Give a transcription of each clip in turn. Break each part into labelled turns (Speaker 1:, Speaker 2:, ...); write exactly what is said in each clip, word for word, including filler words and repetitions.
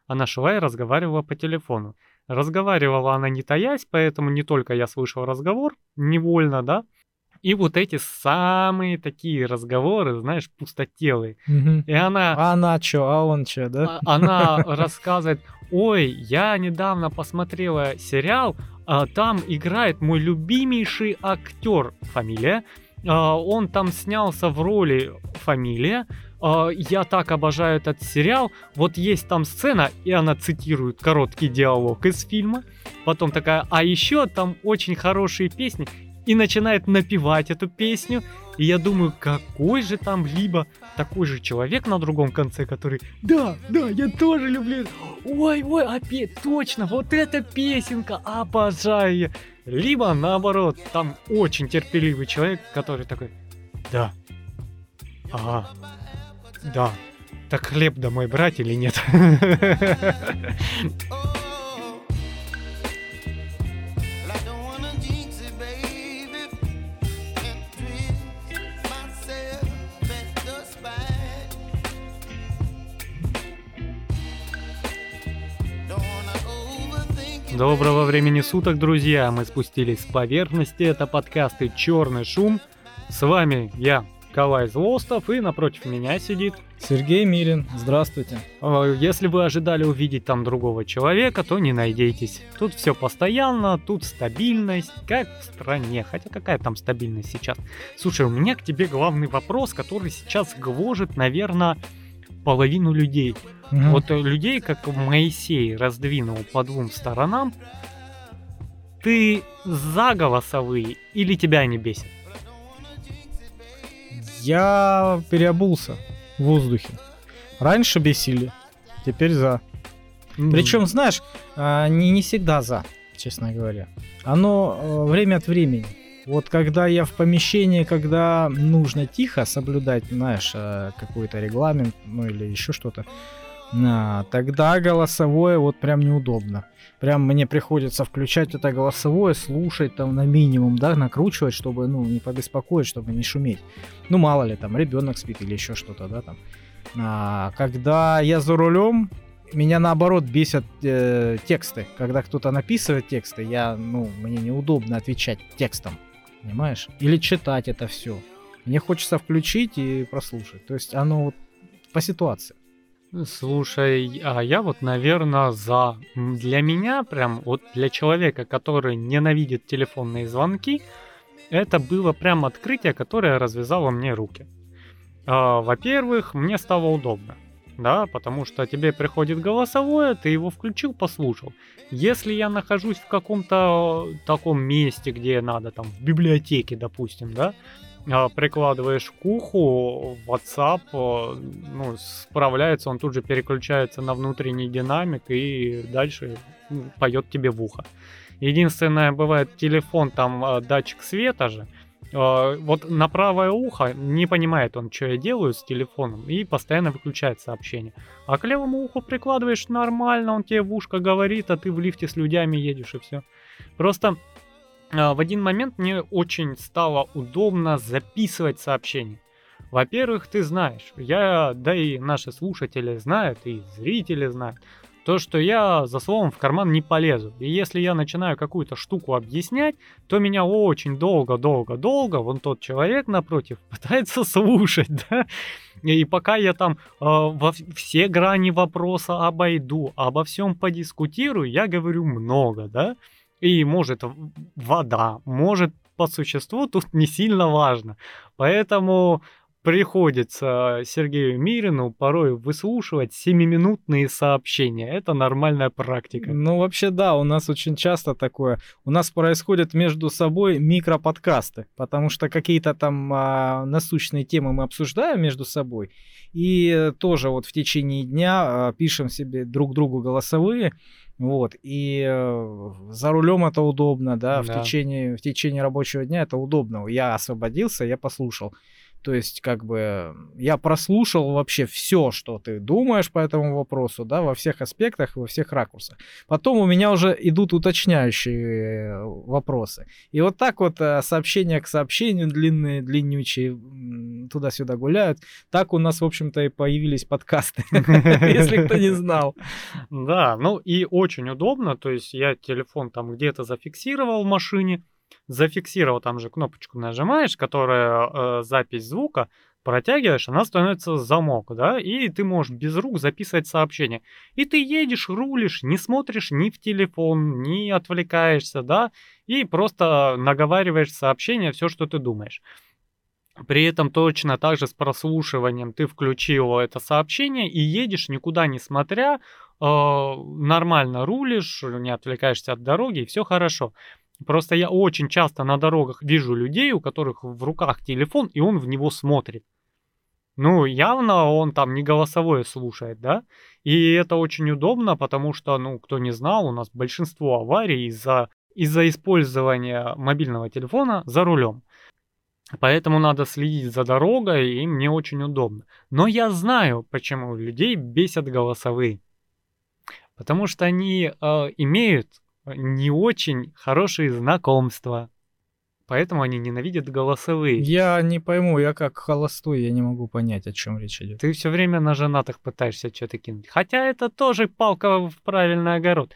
Speaker 1: она шла и разговаривала по телефону. Разговаривала она не таясь, поэтому не только я слышал разговор невольно, да, и вот эти самые такие разговоры, знаешь, пустотелые.
Speaker 2: Мгм.
Speaker 1: И она,
Speaker 2: А она чё, а он чё, да?
Speaker 1: а, она рассказывает: ой, я недавно посмотрела сериал, а, там играет мой любимейший актер, фамилия, а, он там снялся в роли, фамилия, а, я так обожаю этот сериал, вот есть там сцена, и она цитирует короткий диалог из фильма, потом такая, а еще там очень хорошие песни, и начинает напевать эту песню, и я думаю, какой же там либо такой же человек на другом конце, который, да, да, я тоже люблю, это. Ой, ой, опять, точно, вот эта песенка, обожаю ее. Либо наоборот, там очень терпеливый человек, который такой, да, ага, да, так хлеб домой брать или нет? Доброго времени суток, друзья! Мы спустились с поверхности. Это подкасты «Черный шум». С вами я, Калай Злостов, и напротив меня сидит
Speaker 2: Сергей Мирин. Здравствуйте.
Speaker 1: Если вы ожидали увидеть там другого человека, то не надейтесь. Тут все постоянно, тут стабильность, как в стране. Хотя какая там стабильность сейчас? Слушай, у меня к тебе главный вопрос, который сейчас гложет, наверное, половину людей.
Speaker 2: Угу.
Speaker 1: Вот людей, как Моисей раздвинул по двум сторонам, ты за голосовые или тебя они бесят?
Speaker 2: Я переобулся в воздухе. Раньше бесили, теперь за. Причем, знаешь, не, не всегда за, честно говоря. Оно время от времени. Вот когда я в помещении, когда нужно тихо соблюдать, знаешь, какой-то регламент, ну или еще что-то, тогда голосовое вот прям неудобно. Прям мне приходится включать это голосовое, слушать там на минимум, да, накручивать, чтобы, ну, не побеспокоить, чтобы не шуметь. Ну, мало ли, там, ребенок спит или еще что-то, да, там. А, когда я за рулем, меня наоборот бесят э, тексты. Когда кто-то написывает тексты, я, ну, мне неудобно отвечать текстом, понимаешь? Или читать это все. Мне хочется включить и прослушать. То есть оно вот по ситуации.
Speaker 1: Слушай, а я вот, наверное, за. Для меня, прям вот для человека, который ненавидит телефонные звонки, это было прям открытие, которое развязало мне руки. А, во-первых, мне стало удобно, да, потому что тебе приходит голосовое, ты его включил, послушал. Если я нахожусь в каком-то таком месте, где надо, там, в библиотеке, допустим, да, прикладываешь к уху, WhatsApp, ну, справляется, он тут же переключается на внутренний динамик и дальше поет тебе в ухо. Единственное, бывает телефон, там датчик света же, вот на правое ухо не понимает он, что я делаю с телефоном, и постоянно выключает сообщение. А к левому уху прикладываешь нормально, он тебе в ушко говорит, а ты в лифте с людьми едешь и все. Просто в один момент мне очень стало удобно записывать сообщения. Во-первых, ты знаешь, я, да и наши слушатели знают, и зрители знают, то, что я за словом в карман не полезу. И если я начинаю какую-то штуку объяснять, то меня очень долго-долго-долго вон тот человек напротив пытается слушать, да? И пока я там э, во все грани вопроса обойду, обо всем подискутирую, я говорю много, да? И может вода, может по существу тут не сильно важно. Поэтому приходится Сергею Мирину порой выслушивать семиминутные сообщения. Это нормальная практика.
Speaker 2: Ну, вообще, да, у нас очень часто такое. У нас происходят между собой микроподкасты, потому что какие-то там а, насущные темы мы обсуждаем между собой. И тоже вот в течение дня а, пишем себе друг другу голосовые. Вот, и э, за рулем это удобно, да,
Speaker 1: Да.
Speaker 2: в течение, в течение рабочего дня это удобно. Я освободился, я послушал. То есть, как бы, я прослушал вообще все, что ты думаешь по этому вопросу, да, во всех аспектах, во всех ракурсах. Потом у меня уже идут уточняющие вопросы. И вот так вот сообщения к сообщению длинные, длиннючие, туда-сюда гуляют. Так у нас, в общем-то, и появились подкасты, если кто не знал.
Speaker 1: Да, ну и очень удобно. То есть я телефон там где-то зафиксировал в машине, зафиксировал, там же кнопочку нажимаешь, которая э, запись звука, протягиваешь, она становится замок, да, и ты можешь без рук записывать сообщение. И ты едешь, рулишь, не смотришь ни в телефон, не отвлекаешься, да, и просто наговариваешь сообщение, все, что ты думаешь. При этом точно так же с прослушиванием ты включил это сообщение и едешь, никуда не смотря, э, нормально рулишь, не отвлекаешься от дороги, и все хорошо. Просто я очень часто на дорогах вижу людей, у которых в руках телефон, и он в него смотрит. Ну, явно он там не голосовое слушает, да? И это очень удобно, потому что, ну, кто не знал, у нас большинство аварий из-за из-за использования мобильного телефона за рулем. Поэтому надо следить за дорогой, и мне очень удобно. Но я знаю, почему людей бесят голосовые. Потому что они э, имеют не очень хорошие знакомства. Поэтому они ненавидят голосовые.
Speaker 2: Я не пойму, я как холостой, я не могу понять, о чем речь идет.
Speaker 1: Ты все время на женатых пытаешься что-то кинуть. Хотя это тоже палка в правильный огород.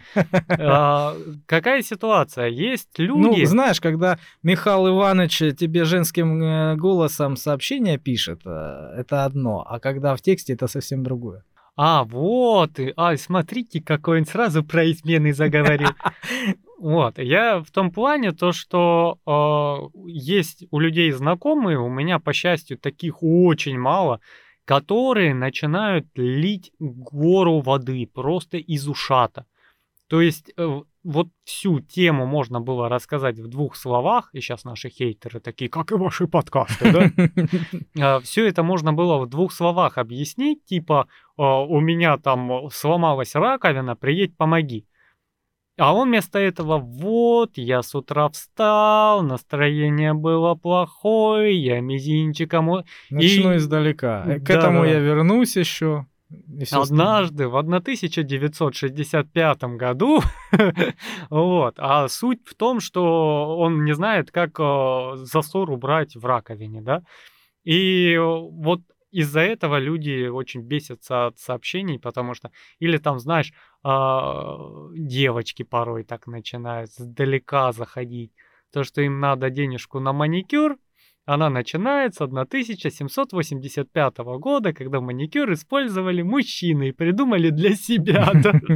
Speaker 1: А, какая ситуация? Есть люди...
Speaker 2: Ну, знаешь, когда Михаил Иванович тебе женским э, голосом сообщение пишет, э, это одно, а когда в тексте, это совсем другое.
Speaker 1: А, вот, и, ай, смотрите, какой он сразу про измены заговорил. Вот, я в том плане, то, что э, есть у людей знакомые, у меня, по счастью, таких очень мало, которые начинают лить гору воды просто из ушата. То есть э, вот всю тему можно было рассказать в двух словах, и сейчас наши хейтеры такие, как и ваши подкасты, да? Все это можно было в двух словах объяснить, типа, у меня там сломалась раковина, приедь, помоги. А он вместо этого, вот, я с утра встал, настроение было плохое, я мизинчиком...
Speaker 2: Начну и... издалека. К да, этому да. я вернусь еще.
Speaker 1: Однажды в тысяча девятьсот шестьдесят пятом году, вот, а суть в том, что он не знает, как засор убрать в раковине, да, и вот из-за этого люди очень бесятся от сообщений, потому что, или там, знаешь, девочки порой так начинают сдалека заходить, то, что им надо денежку на маникюр, она начинается с тысяча семьсот восемьдесят пятого года, когда маникюр использовали мужчины и придумали для себя.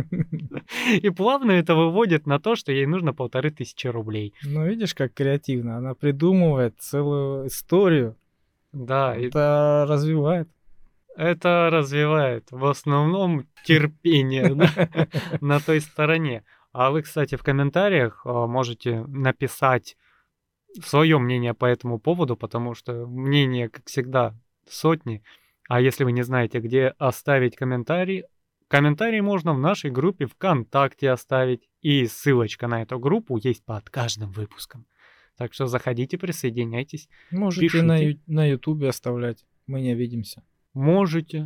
Speaker 1: И плавно это выводит на то, что ей нужно полторы тысячи рублей.
Speaker 2: Ну, видишь, как креативно. Она придумывает целую историю.
Speaker 1: Да.
Speaker 2: Это развивает.
Speaker 1: Это развивает. В основном терпение на той стороне. А вы, кстати, в комментариях можете написать свое мнение по этому поводу, потому что мнение, как всегда, сотни. А если вы не знаете, где оставить комментарий, комментарий можно в нашей группе ВКонтакте оставить. И ссылочка на эту группу есть под каждым выпуском. Так что заходите, присоединяйтесь.
Speaker 2: Можете пишите. на, на Ютубе оставлять. Мы не обидимся.
Speaker 1: Можете.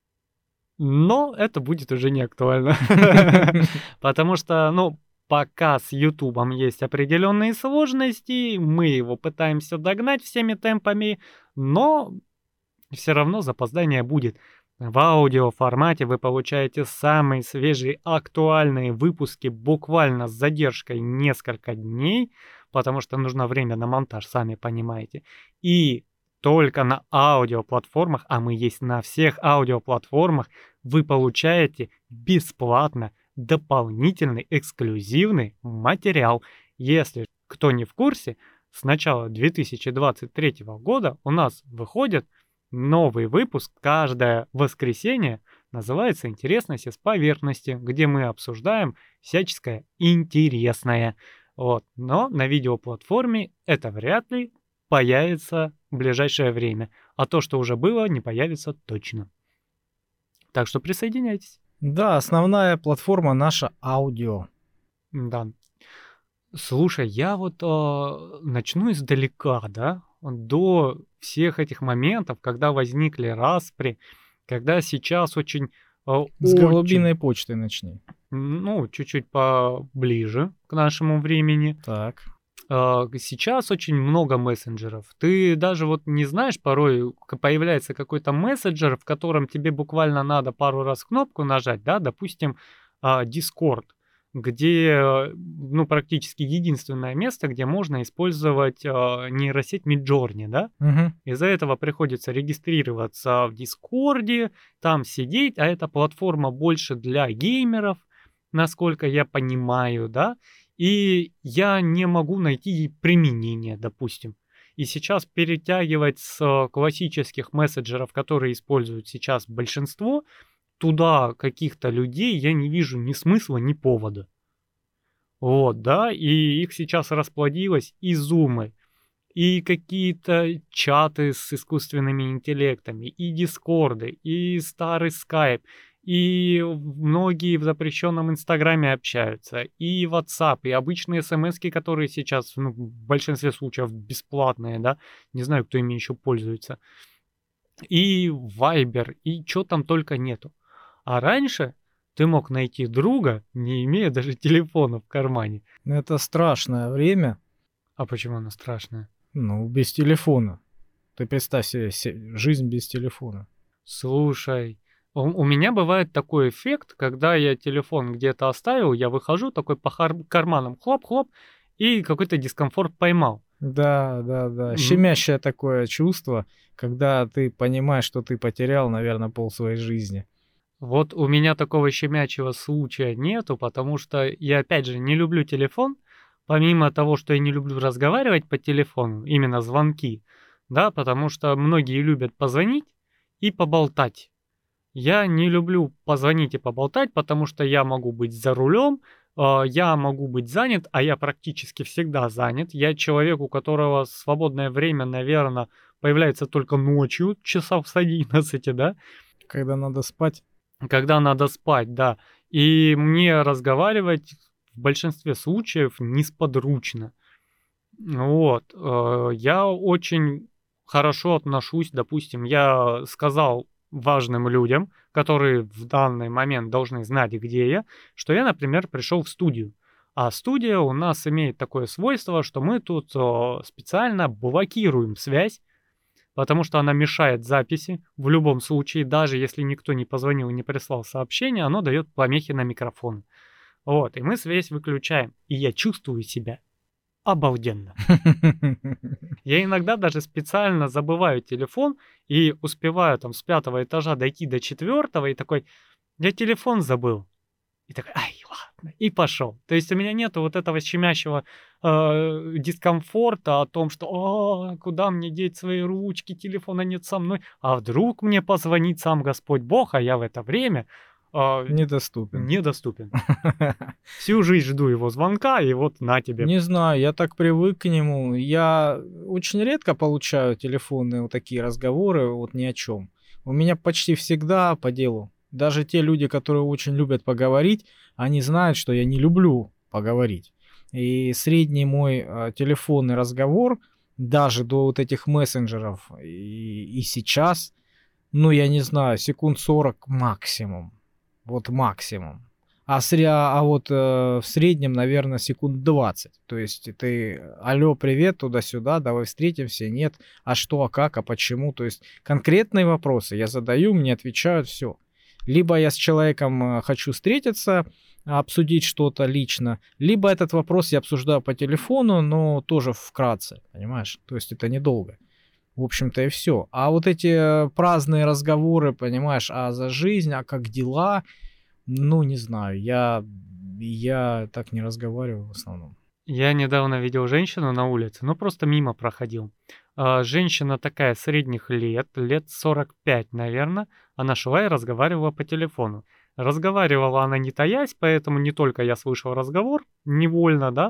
Speaker 1: Но это будет уже не актуально. Потому что, ну, пока с Ютубом есть определенные сложности, мы его пытаемся догнать всеми темпами, но все равно запоздание будет. В аудиоформате вы получаете самые свежие актуальные выпуски буквально с задержкой несколько дней, потому что нужно время на монтаж, сами понимаете. И только на аудиоплатформах, а мы есть на всех аудиоплатформах, вы получаете бесплатно дополнительный эксклюзивный материал. Если кто не в курсе, с начала две тысячи двадцать третьего года у нас выходит новый выпуск каждое воскресенье, называется «Интересности с поверхности», где мы обсуждаем всяческое интересное. Вот. Но на видеоплатформе это вряд ли появится в ближайшее время. А то, что уже было, не появится точно. Так что присоединяйтесь.
Speaker 2: Да, основная платформа наша аудио.
Speaker 1: Да. Слушай, я вот э, начну издалека, да, до всех этих моментов, когда возникли распри, когда сейчас очень... э,
Speaker 2: С
Speaker 1: очень,
Speaker 2: голубиной почты начни.
Speaker 1: ну, чуть-чуть поближе к нашему времени.
Speaker 2: Так.
Speaker 1: А, Сейчас очень много мессенджеров. Ты даже вот не знаешь, порой к- появляется какой-то мессенджер, в котором тебе буквально надо пару раз кнопку нажать, да, допустим, а, Discord, где, э, ну, практически единственное место, где можно использовать а, нейросеть Midjourney, да.
Speaker 2: Мгм.
Speaker 1: Из-за этого приходится регистрироваться в Дискорде, там сидеть, а эта платформа больше для геймеров, насколько я понимаю, да, и я не могу найти ей применение, допустим. И сейчас перетягивать с э, классических мессенджеров, которые используют сейчас большинство, туда каких-то людей я не вижу ни смысла, ни повода. Вот, да, и их сейчас расплодилось и зумы, и какие-то чаты с искусственными интеллектами, и дискорды, и старый скайп, и многие в запрещенном инстаграме общаются, и WhatsApp, и обычные смски, которые сейчас, ну, в большинстве случаев бесплатные, да, не знаю, кто ими еще пользуется, и Viber, и что там только нету. А раньше ты мог найти друга, не имея даже телефона в кармане.
Speaker 2: Ну, это страшное время.
Speaker 1: А почему оно страшное?
Speaker 2: Ну, без телефона. Ты представь себе се- жизнь без телефона.
Speaker 1: Слушай, у, у меня бывает такой эффект, когда я телефон где-то оставил, я выхожу такой по хар- карманам, хлоп-хлоп, и какой-то дискомфорт поймал.
Speaker 2: Да, да, да.
Speaker 1: М,
Speaker 2: Щемящее такое чувство, когда ты понимаешь, что ты потерял, наверное, пол своей жизни.
Speaker 1: Вот у меня такого щемячего случая нету, потому что я, опять же, не люблю телефон, помимо того, что я не люблю разговаривать по телефону, именно звонки, да, потому что многие любят позвонить и поболтать. Я не люблю позвонить и поболтать, потому что я могу быть за рулем, а, я могу быть занят, а я практически всегда занят. Я человек, у которого свободное время, наверное, появляется только ночью, часов с одиннадцати, да,
Speaker 2: Когда надо спать.
Speaker 1: когда надо спать, да. И мне разговаривать в большинстве случаев несподручно. Вот. э, Я очень хорошо отношусь, допустим, я сказал важным людям, которые в данный момент должны знать, где я, что я, например, пришел в студию. А студия у нас имеет такое свойство, что мы тут э, специально блокируем связь, потому что она мешает записи. В любом случае, даже если никто не позвонил и не прислал сообщение, оно дает помехи на микрофон. Вот, и мы связь выключаем. И я чувствую себя обалденно. Я иногда даже специально забываю телефон и успеваю там с пятого этажа дойти до четвертого и такой, я телефон забыл. И такой, ай, ладно, и пошел. То есть у меня нету вот этого щемящего э, дискомфорта о том, что «О, куда мне деть свои ручки, телефона нет со мной, а вдруг мне позвонит сам Господь Бог, а я в это время э,
Speaker 2: Недоступен.
Speaker 1: недоступен». Всю жизнь жду его звонка, и вот на тебе.
Speaker 2: Не знаю, я так привык к нему. Я очень редко получаю телефонные вот такие разговоры, вот ни о чем. У меня почти всегда по делу. Даже те люди, которые очень любят поговорить, они знают, что я не люблю поговорить. И средний мой э, телефонный разговор, даже до вот этих мессенджеров и, и сейчас, ну, я не знаю, секунд сорок максимум. Вот максимум. А, сре- а вот э, в среднем, наверное, секунд двадцать. То есть ты, алло, привет, туда-сюда, давай встретимся, нет, а что, а как, а почему. То есть конкретные вопросы я задаю, мне отвечают, все. Либо я с человеком э, хочу встретиться, обсудить что-то лично, либо этот вопрос я обсуждаю по телефону, но тоже вкратце, понимаешь? То есть это недолго. В общем-то и все. А вот эти э, праздные разговоры, понимаешь, а за жизнь, а как дела, ну, не знаю, я, я так не разговариваю в основном.
Speaker 1: Я недавно видел женщину на улице, ну просто мимо проходил. А, Женщина такая средних лет, лет сорок пять, наверное. Она шла и разговаривала по телефону. Разговаривала она не таясь, поэтому не только я слышал разговор, невольно, да.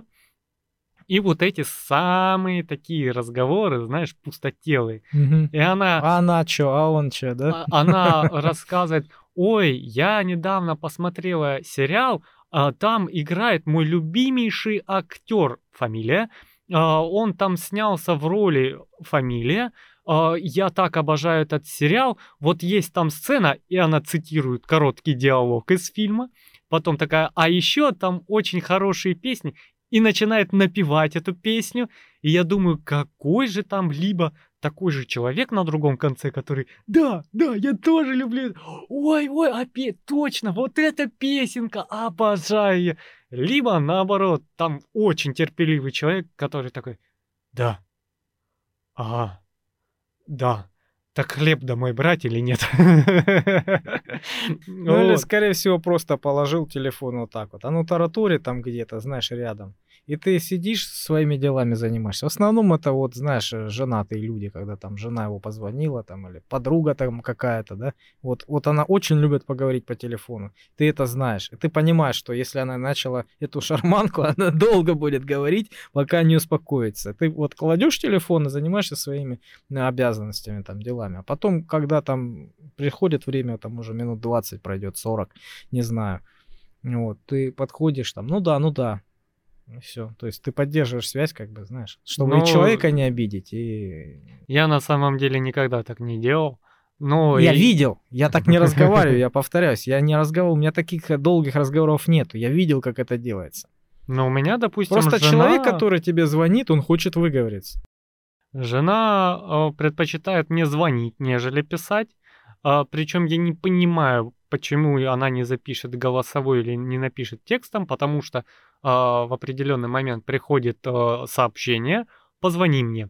Speaker 1: И вот эти самые такие разговоры, знаешь, пустотелые.
Speaker 2: Мгм.
Speaker 1: И она
Speaker 2: А она чё, а он чё, да?
Speaker 1: а, она рассказывает, ой, я недавно посмотрела сериал, а, там играет мой любимейший актер, фамилия, а, он там снялся в роли, фамилия, а, я так обожаю этот сериал, вот есть там сцена, и она цитирует короткий диалог из фильма, потом такая, а еще там очень хорошие песни, и начинает напевать эту песню, и я думаю, какой же там либо такой же человек на другом конце, который, да, да, я тоже люблю, это. Ой, ой, опять, точно, вот эта песенка, обожаю ее. Либо наоборот, там очень терпеливый человек, который такой, да, ага, да, так хлеб домой брать или нет?
Speaker 2: Ну или,
Speaker 1: Вот.
Speaker 2: скорее всего, просто положил телефон вот так вот. Оно таратурит там где-то, знаешь, рядом. И ты сидишь своими делами занимаешься. В основном это вот, знаешь, э, женатые люди, когда там жена его позвонила, там, или подруга там какая-то, да. Вот, вот она очень любит поговорить по телефону. Ты это знаешь. И ты понимаешь, что если она начала эту шарманку, она долго будет говорить, пока не успокоится. Ты вот кладешь телефон и занимаешься своими э, обязанностями, там, делами. А потом, когда там приходит время, там уже минут двадцать пройдет, сорок, не знаю. Вот, ты подходишь там, ну да, ну да. Все. То есть ты поддерживаешь связь, как бы, знаешь, чтобы и
Speaker 1: Но
Speaker 2: человека не обидеть, и...
Speaker 1: я на самом деле никогда так не делал. Ну
Speaker 2: Я
Speaker 1: и...
Speaker 2: видел, я так не разговариваю, я повторяюсь, я не разговариваю, у меня таких э, долгих разговоров нету, я видел, как это делается.
Speaker 1: Но у меня, допустим,
Speaker 2: Просто человек,
Speaker 1: жена...
Speaker 2: который тебе звонит, он хочет выговориться.
Speaker 1: Жена э, предпочитает мне звонить, нежели писать. А, причем я не понимаю, почему она не запишет голосовой или не напишет текстом, потому что а, в определенный момент приходит э, сообщение «позвони мне».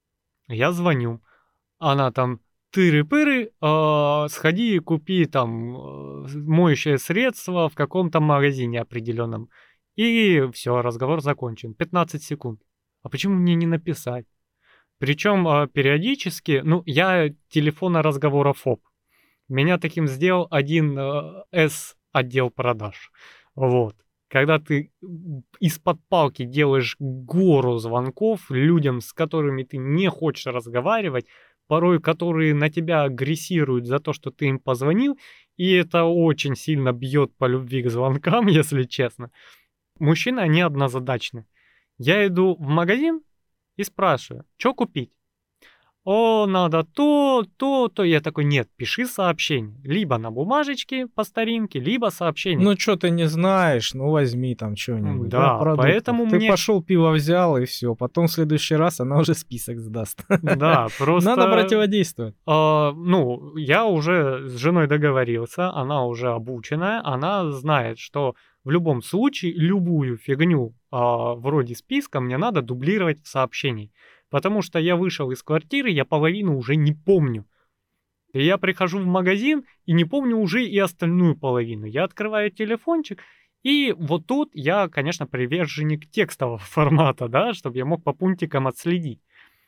Speaker 1: Я звоню. Она там тыры-пыры, а, сходи и купи там э, моющее средство в каком-то магазине определенном. И все, разговор закончен. пятнадцать секунд. А почему мне не написать? Причем а, периодически, ну, я телефонно-разговорофоб. Меня таким сделал один э, S-отдел продаж. Вот. Когда ты м, из-под палки делаешь гору звонков людям, с которыми ты не хочешь разговаривать, порой которые на тебя агрессируют за то, что ты им позвонил, и это очень сильно бьет по любви к звонкам, если честно. Мужчины, они однозадачны. Я иду в магазин и спрашиваю, что купить? О, надо то, то, то. Я такой, нет, пиши сообщение. Либо на бумажечке по старинке, либо сообщение.
Speaker 2: Ну, что ты не знаешь, ну, возьми там что-нибудь, да,
Speaker 1: Да,
Speaker 2: продуктов.
Speaker 1: поэтому
Speaker 2: Ты
Speaker 1: мне...
Speaker 2: пошел, пиво взял, и все. Потом в следующий раз она уже список сдаст.
Speaker 1: Да, просто...
Speaker 2: Надо противодействовать.
Speaker 1: а, ну, я уже с женой договорился, она уже обученная, она знает, что в любом случае любую фигню а, вроде списка мне надо дублировать в сообщении. Потому что я вышел из квартиры, я половину уже не помню. И я прихожу в магазин и не помню уже и остальную половину. Я открываю телефончик, и вот тут я, конечно, приверженник текстового формата, да, чтобы я мог по пунктикам отследить.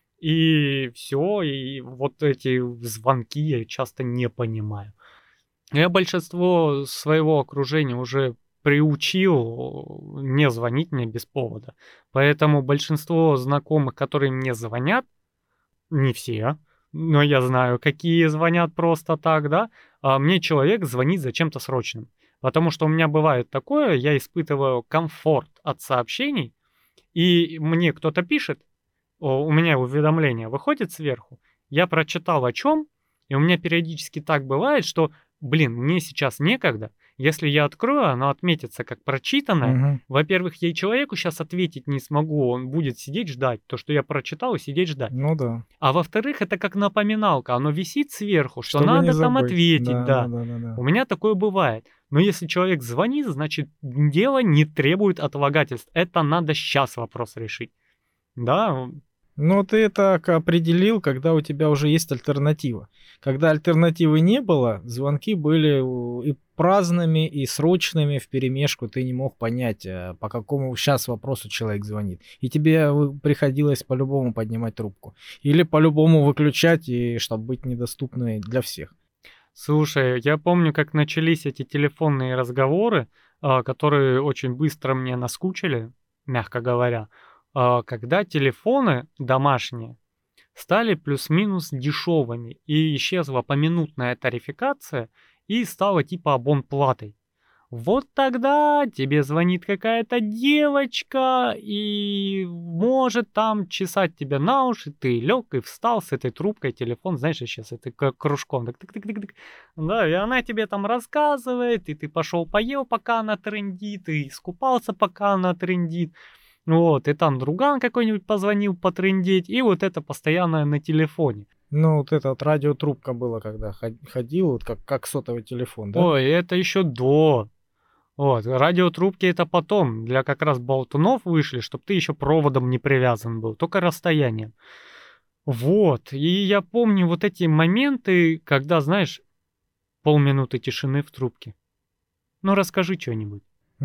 Speaker 1: И все, и вот эти звонки я часто не понимаю. Я большинство своего окружения уже приучил не звонить мне без повода. Поэтому большинство знакомых, которые мне звонят, не все, но я знаю, какие звонят просто так, да, а мне человек звонит за чем-то срочным. Потому что у меня бывает такое, я испытываю комфорт от сообщений, и мне кто-то пишет, о, у меня уведомление выходит сверху, я прочитал о чем, и у меня периодически так бывает, что, блин, мне сейчас некогда. Если я открою, оно отметится как прочитанное.
Speaker 2: Мгм.
Speaker 1: Во-первых, я и человеку сейчас ответить не смогу, он будет сидеть ждать, то, что я прочитал, и сидеть ждать.
Speaker 2: Ну да.
Speaker 1: А во-вторых, это как напоминалка, оно висит сверху, что
Speaker 2: Чтобы не
Speaker 1: надо там
Speaker 2: забыть.
Speaker 1: ответить,
Speaker 2: Да,
Speaker 1: да.
Speaker 2: да, да, да, да.
Speaker 1: У меня такое бывает. Но если человек звонит, значит, дело не требует отлагательств. Это надо сейчас вопрос решить. Да,
Speaker 2: Но ты так определил, когда у тебя уже есть альтернатива. Когда альтернативы не было, звонки были у- и праздными, и срочными вперемешку. Ты не мог понять, э, по какому сейчас вопросу человек звонит. И тебе вы- приходилось по-любому поднимать трубку. Или по-любому выключать, и чтобы быть недоступной для всех.
Speaker 1: слушай, я помню, как начались эти телефонные разговоры, а, которые очень быстро мне наскучили, мягко говоря, а, когда телефоны домашние стали плюс-минус дешевыми, и исчезла поминутная тарификация, и стала типа абонплатой. Вот тогда тебе звонит какая-то девочка и может там чесать тебя на уши, ты лег и встал с этой трубкой, телефон, знаешь, сейчас это как кружком, так, тык, тык, тык, тык. Да, и она тебе там рассказывает, и ты пошел поел, пока она трындит, и искупался, пока она трындит. Вот, и там друган какой-нибудь позвонил потрындеть, и вот это постоянно на телефоне.
Speaker 2: Ну, вот эта вот радиотрубка была, когда ходил, вот как, как сотовый телефон, да?
Speaker 1: Ой, это еще до. Вот, радиотрубки это потом, для как раз болтунов вышли, чтобы ты еще проводом не привязан был, только расстоянием. Вот, и я помню вот эти моменты, когда, знаешь, полминуты тишины в трубке. Ну, расскажи что-нибудь.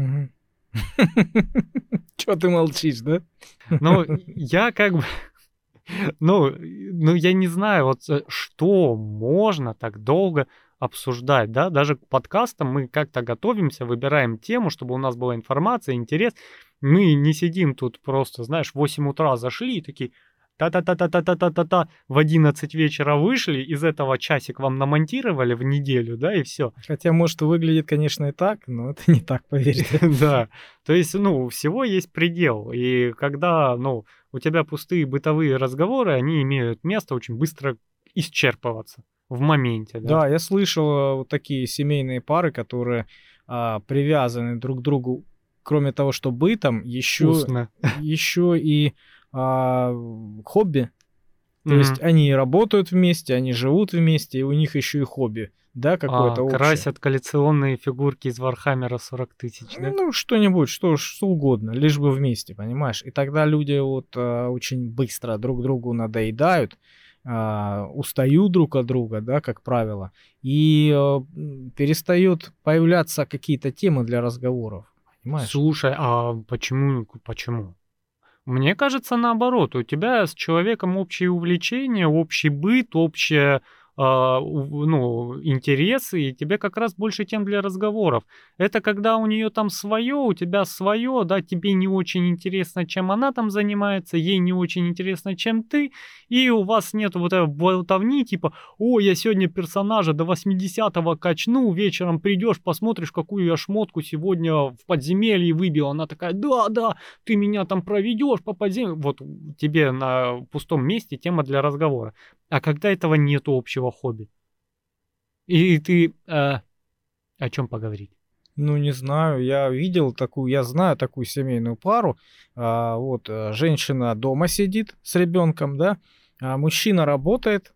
Speaker 2: Чё ты молчишь, да?
Speaker 1: Ну, я как бы... Ну, ну, я не знаю, вот что можно так долго обсуждать, да, даже к подкастам мы как-то готовимся, выбираем тему, чтобы у нас была информация, интерес. Мы не сидим тут просто, знаешь, в восемь утра зашли и такие та-та-та-та-та-та-та-та, в одиннадцать вечера вышли, из этого часик вам намонтировали в неделю, да, и все.
Speaker 2: Хотя, может, выглядит, конечно, и так, но это не так, поверьте.
Speaker 1: Да, то есть, ну, у всего есть предел, и когда, ну, у тебя пустые бытовые разговоры, они имеют место очень быстро исчерпываться в моменте, да.
Speaker 2: Да, я слышал вот такие семейные пары, которые а, привязаны друг к другу, кроме того, что бытом, еще, еще и а, хобби. То mm-hmm. есть они работают вместе, они живут вместе, и у них еще и хобби, да, какое-то
Speaker 1: а,
Speaker 2: общее.
Speaker 1: Красят коллекционные фигурки из Вархаммера сорок тысяч, да?
Speaker 2: Ну, что-нибудь, что, что угодно, лишь бы вместе, понимаешь? И тогда люди вот а, очень быстро друг другу надоедают, а, устают друг от друга, да, как правило, и а, перестают появляться какие-то темы для разговоров, понимаешь?
Speaker 1: Слушай, а почему, почему? Мне кажется, наоборот, у тебя с человеком общие увлечения, общий быт, общие э, ну, интересы, и тебе как раз больше тем для разговоров. Это когда у нее там свое, у тебя свое, да, тебе не очень интересно, чем она там занимается, ей не очень интересно, чем ты, и у вас нет вот этой болтовни, типа, о, я сегодня персонажа до восьмидесятого качну, вечером придешь, посмотришь, какую я шмотку сегодня в подземелье выбил. Она такая, да, да, ты меня там проведешь по подземелью. Вот тебе на пустом месте тема для разговора. А когда этого нету общего хобби? И ты э, о чем поговорить?
Speaker 2: Ну, не знаю, я видел такую, я знаю такую семейную пару. А, вот, женщина дома сидит с ребенком, да, а мужчина работает,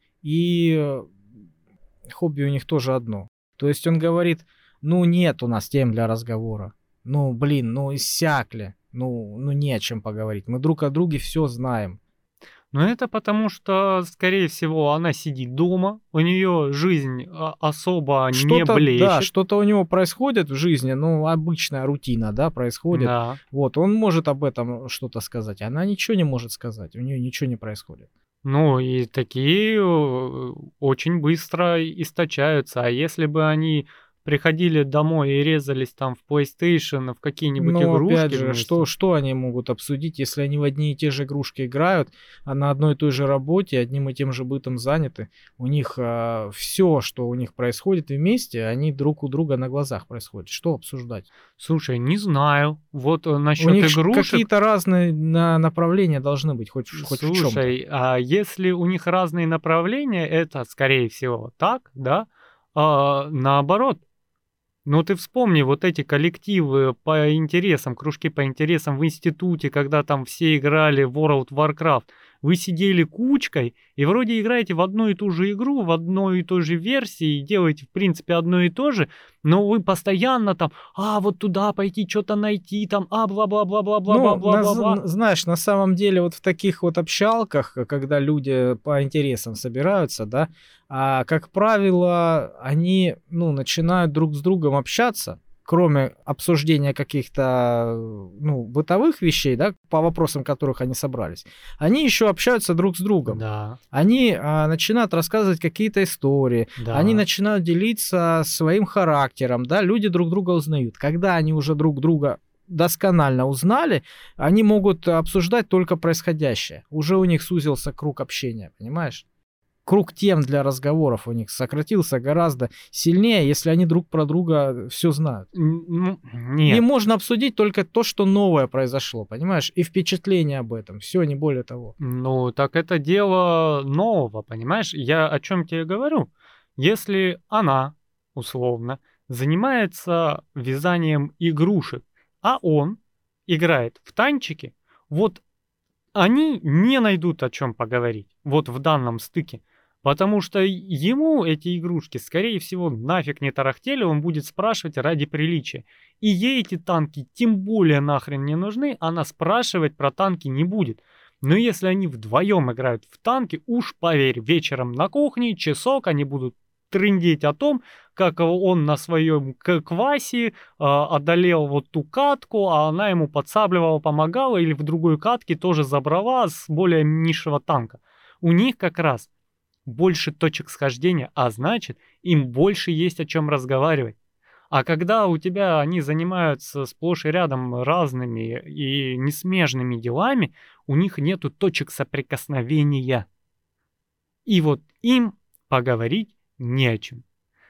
Speaker 2: и хобби у них тоже одно. То есть он говорит, ну, нет у нас тем для разговора. Ну, блин, ну, иссякли. Ну, ну, не о чем поговорить. Мы друг о друге все знаем.
Speaker 1: Ну, это потому что, скорее всего, она сидит дома, у нее жизнь особо
Speaker 2: что-то,
Speaker 1: не блещет.
Speaker 2: Да, что-то у него происходит в жизни, ну, обычная рутина, да, происходит.
Speaker 1: Да.
Speaker 2: Вот, он может об этом что-то сказать, она ничего не может сказать, у нее ничего не происходит.
Speaker 1: Ну, и такие очень быстро источаются. А если бы они приходили домой и резались там в PlayStation, в какие-нибудь
Speaker 2: ну,
Speaker 1: игрушки.
Speaker 2: опять же, что, что они могут обсудить, если они в одни и те же игрушки играют, а на одной и той же работе, одним и тем же бытом заняты. У них а, все, что у них происходит вместе, они друг у друга на глазах происходят. Что обсуждать?
Speaker 1: Слушай, не знаю. Вот насчет
Speaker 2: у них
Speaker 1: игрушек...
Speaker 2: какие-то разные на направления должны быть, хоть, хоть в чем-то.
Speaker 1: Слушай, а если у них разные направления, это, скорее всего, так, да? А, наоборот. Ну ты вспомни вот эти коллективы по интересам, кружки по интересам в институте, когда там все играли в World of Warcraft. Вы сидели кучкой и вроде играете в одну и ту же игру, в одной и той же версии, делаете в принципе одно и то же, но вы постоянно там, а вот туда пойти, что-то найти, там, а бла-бла-бла-бла-бла-бла-бла-бла.
Speaker 2: Ну, знаешь, на самом деле вот в таких вот общалках, когда люди по интересам собираются, да, а, как правило, они, ну, начинают друг с другом общаться, кроме обсуждения каких-то, ну, бытовых вещей, да, по вопросам которых они собрались, они еще общаются друг с другом.
Speaker 1: Да.
Speaker 2: Они а, начинают рассказывать какие-то истории,
Speaker 1: да.
Speaker 2: Они начинают делиться своим характером, да, люди друг друга узнают. Когда они уже друг друга досконально узнали, они могут обсуждать только происходящее. Уже у них сузился круг общения, понимаешь? круг тем для разговоров у них сократился гораздо сильнее, если они друг про друга все знают.
Speaker 1: Ну, нет.
Speaker 2: Им можно обсудить только то, что новое произошло, понимаешь? И впечатление об этом. Все, не более того.
Speaker 1: Ну, так это дело нового, понимаешь? Я о чем тебе говорю? Если она, условно, занимается вязанием игрушек, а он играет в танчики, вот они не найдут о чем поговорить, вот в данном стыке. Потому что ему эти игрушки, скорее всего, нафиг не тарахтели, он будет спрашивать ради приличия. И ей эти танки тем более нахрен не нужны, она спрашивать про танки не будет. Но если они вдвоем играют в танки, уж поверь, вечером на кухне, часок, они будут трындеть о том, как он на своем квасе э, одолел вот ту катку, а она ему подсабливала, помогала, или в другой катке тоже забрала с более низшего танка. У них как раз больше точек схождения, а значит, им больше есть о чем разговаривать. А когда у тебя они занимаются сплошь и рядом разными и несмежными делами, у них нету точек соприкосновения. И вот им поговорить не о чем.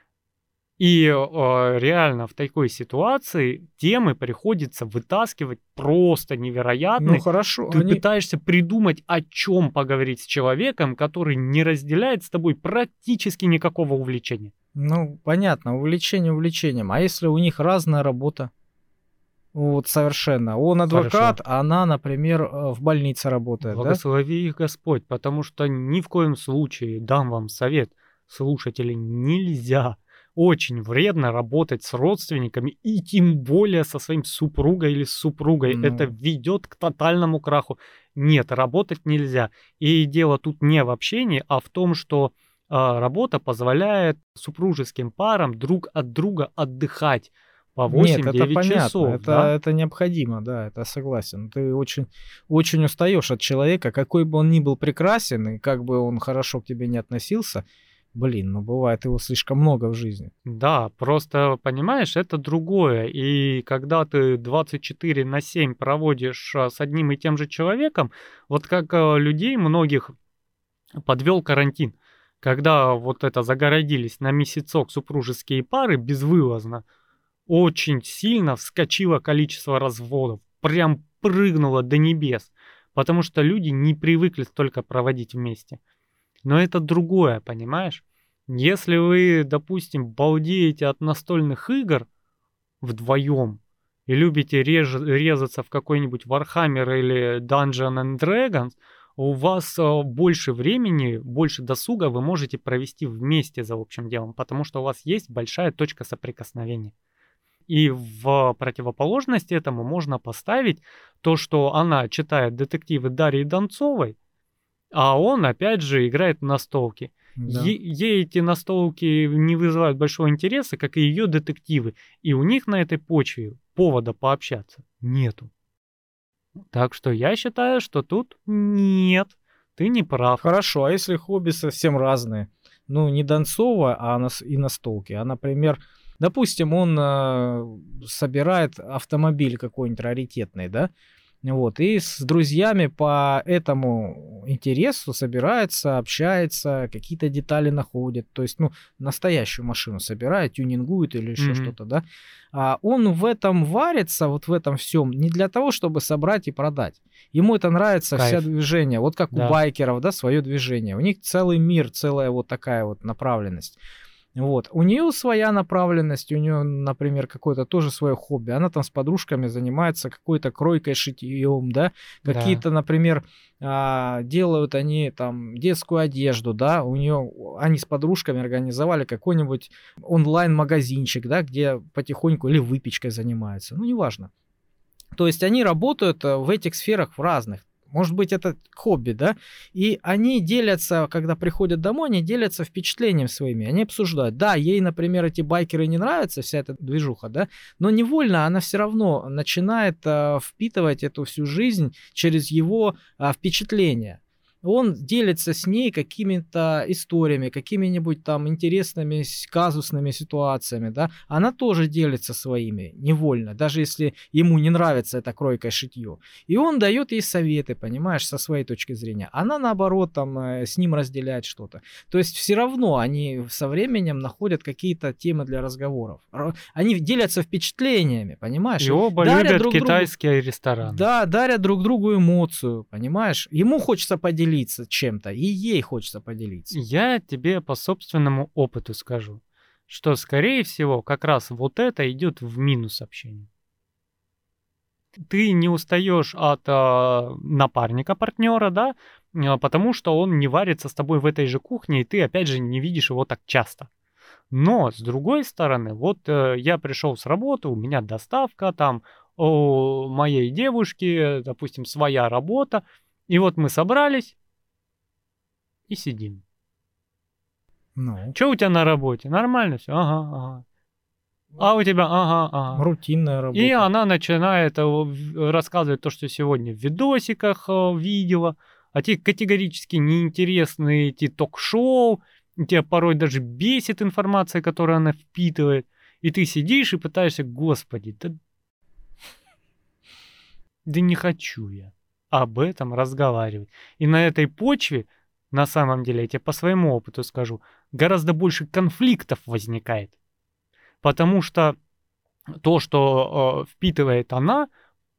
Speaker 1: И э, реально в такой ситуации темы приходится вытаскивать просто невероятные.
Speaker 2: Ну хорошо.
Speaker 1: Ты
Speaker 2: они...
Speaker 1: пытаешься придумать, о чем поговорить с человеком, который не разделяет с тобой практически никакого увлечения.
Speaker 2: Ну, понятно, увлечение увлечением. А если у них разная работа? Вот совершенно. Он адвокат, а она, например, в больнице работает.
Speaker 1: Благослови
Speaker 2: да?
Speaker 1: их Господь, потому что ни в коем случае, дам вам совет, слушатели, нельзя. Очень вредно работать с родственниками и тем более со своим супругой или с супругой. Ну... Это ведет к тотальному краху. Нет, работать нельзя. И дело тут не в общении, а в том, что э, работа позволяет супружеским парам друг от друга отдыхать по восемь-девять часов.
Speaker 2: Это,
Speaker 1: да?
Speaker 2: это необходимо, да, это согласен. Ты очень, очень устаешь от человека, какой бы он ни был прекрасен, и как бы он хорошо к тебе не относился. Блин, ну бывает его слишком много в жизни.
Speaker 1: Да, просто, понимаешь, это другое. И когда ты двадцать четыре на семь проводишь с одним и тем же человеком, вот как людей многих подвел карантин, когда вот это загородились на месяцок супружеские пары безвылазно, очень сильно вскочило количество разводов, прям прыгнуло до небес, потому что люди не привыкли столько проводить вместе. Но это другое, понимаешь? Если вы, допустим, балдеете от настольных игр вдвоем и любите реж- резаться в какой-нибудь Warhammer или Dungeons and Dragons, у вас больше времени, больше досуга вы можете провести вместе за общим делом, потому что у вас есть большая точка соприкосновения. И в противоположность этому можно поставить то, что она читает детективы Дарьи Донцовой, а он, опять же, играет в настолки. Да. Е- ей эти настолки не вызывают большого интереса, как и ее детективы. И у них на этой почве повода пообщаться нету. Так что я считаю, что тут нет, ты не прав.
Speaker 2: Хорошо, а если хобби совсем разные? Ну, не Донцова, а нас- и настолки. А, например, допустим, он э, собирает автомобиль какой-нибудь раритетный, да? Вот, и с друзьями по этому интересу собирается, общается, какие-то детали находит. То есть, ну, настоящую машину собирает, тюнингует или еще mm-hmm. что-то, да. А он в этом варится, вот в этом всем, не для того, чтобы собрать и продать. Ему это нравится, Кайф. Вся движение. Вот как да. у байкеров, да, свое движение. У них целый мир, целая вот такая вот направленность. Вот. У нее своя направленность, у нее, например, какое-то тоже свое хобби. Она там с подружками занимается какой-то кройкой, шитьем, да. Какие-то, да. например, делают они там детскую одежду, да. У нее, они с подружками организовали какой-нибудь онлайн-магазинчик, да, где потихоньку или выпечкой занимаются. Ну, неважно. То есть они работают в этих сферах в разных. Может быть, это хобби, да? И они делятся, когда приходят домой, они делятся впечатлениями своими. Они обсуждают. Да, ей, например, эти байкеры не нравятся, вся эта движуха, да? Но невольно она все равно начинает а, впитывать эту всю жизнь через его а, впечатления. он делится с ней какими-то историями, какими-нибудь там интересными с- казусными ситуациями, да, она тоже делится своими невольно, даже если ему не нравится это кройкое шитье. И он дает ей советы, понимаешь, со своей точки зрения. Она, наоборот, там э, с ним разделяет что-то. То есть все равно они со временем находят какие-то темы для разговоров. Р- Они делятся впечатлениями, понимаешь?
Speaker 1: И
Speaker 2: И
Speaker 1: оба
Speaker 2: дарят
Speaker 1: любят
Speaker 2: друг другу-
Speaker 1: китайские рестораны.
Speaker 2: Да, дарят друг другу эмоцию, понимаешь? Ему хочется поделиться чем-то, и ей хочется поделиться.
Speaker 1: Я тебе по собственному опыту скажу, что, скорее всего, как раз вот это идет в минус общения. Ты не устаешь от а, напарника, партнера, да, а, потому что он не варится с тобой в этой же кухне, и ты, опять же, не видишь его так часто. Но, с другой стороны, вот э, я пришел с работы, у меня доставка, там у моей девушки, допустим, своя работа, и вот мы собрались и сидим.
Speaker 2: Ну,
Speaker 1: Что у тебя на работе? Нормально все? Ага, ага. А у тебя? Ага, ага.
Speaker 2: рутинная работа.
Speaker 1: И она начинает э, в- рассказывать то, что сегодня в видосиках э, видела, а тебе категорически неинтересны эти ток-шоу, и тебя порой даже бесит информация, которую она впитывает, и ты сидишь и пытаешься, господи, да, да не хочу я об этом разговаривать. И на этой почве, на самом деле, я тебе по своему опыту скажу, гораздо больше конфликтов возникает. Потому что то, что э, впитывает она,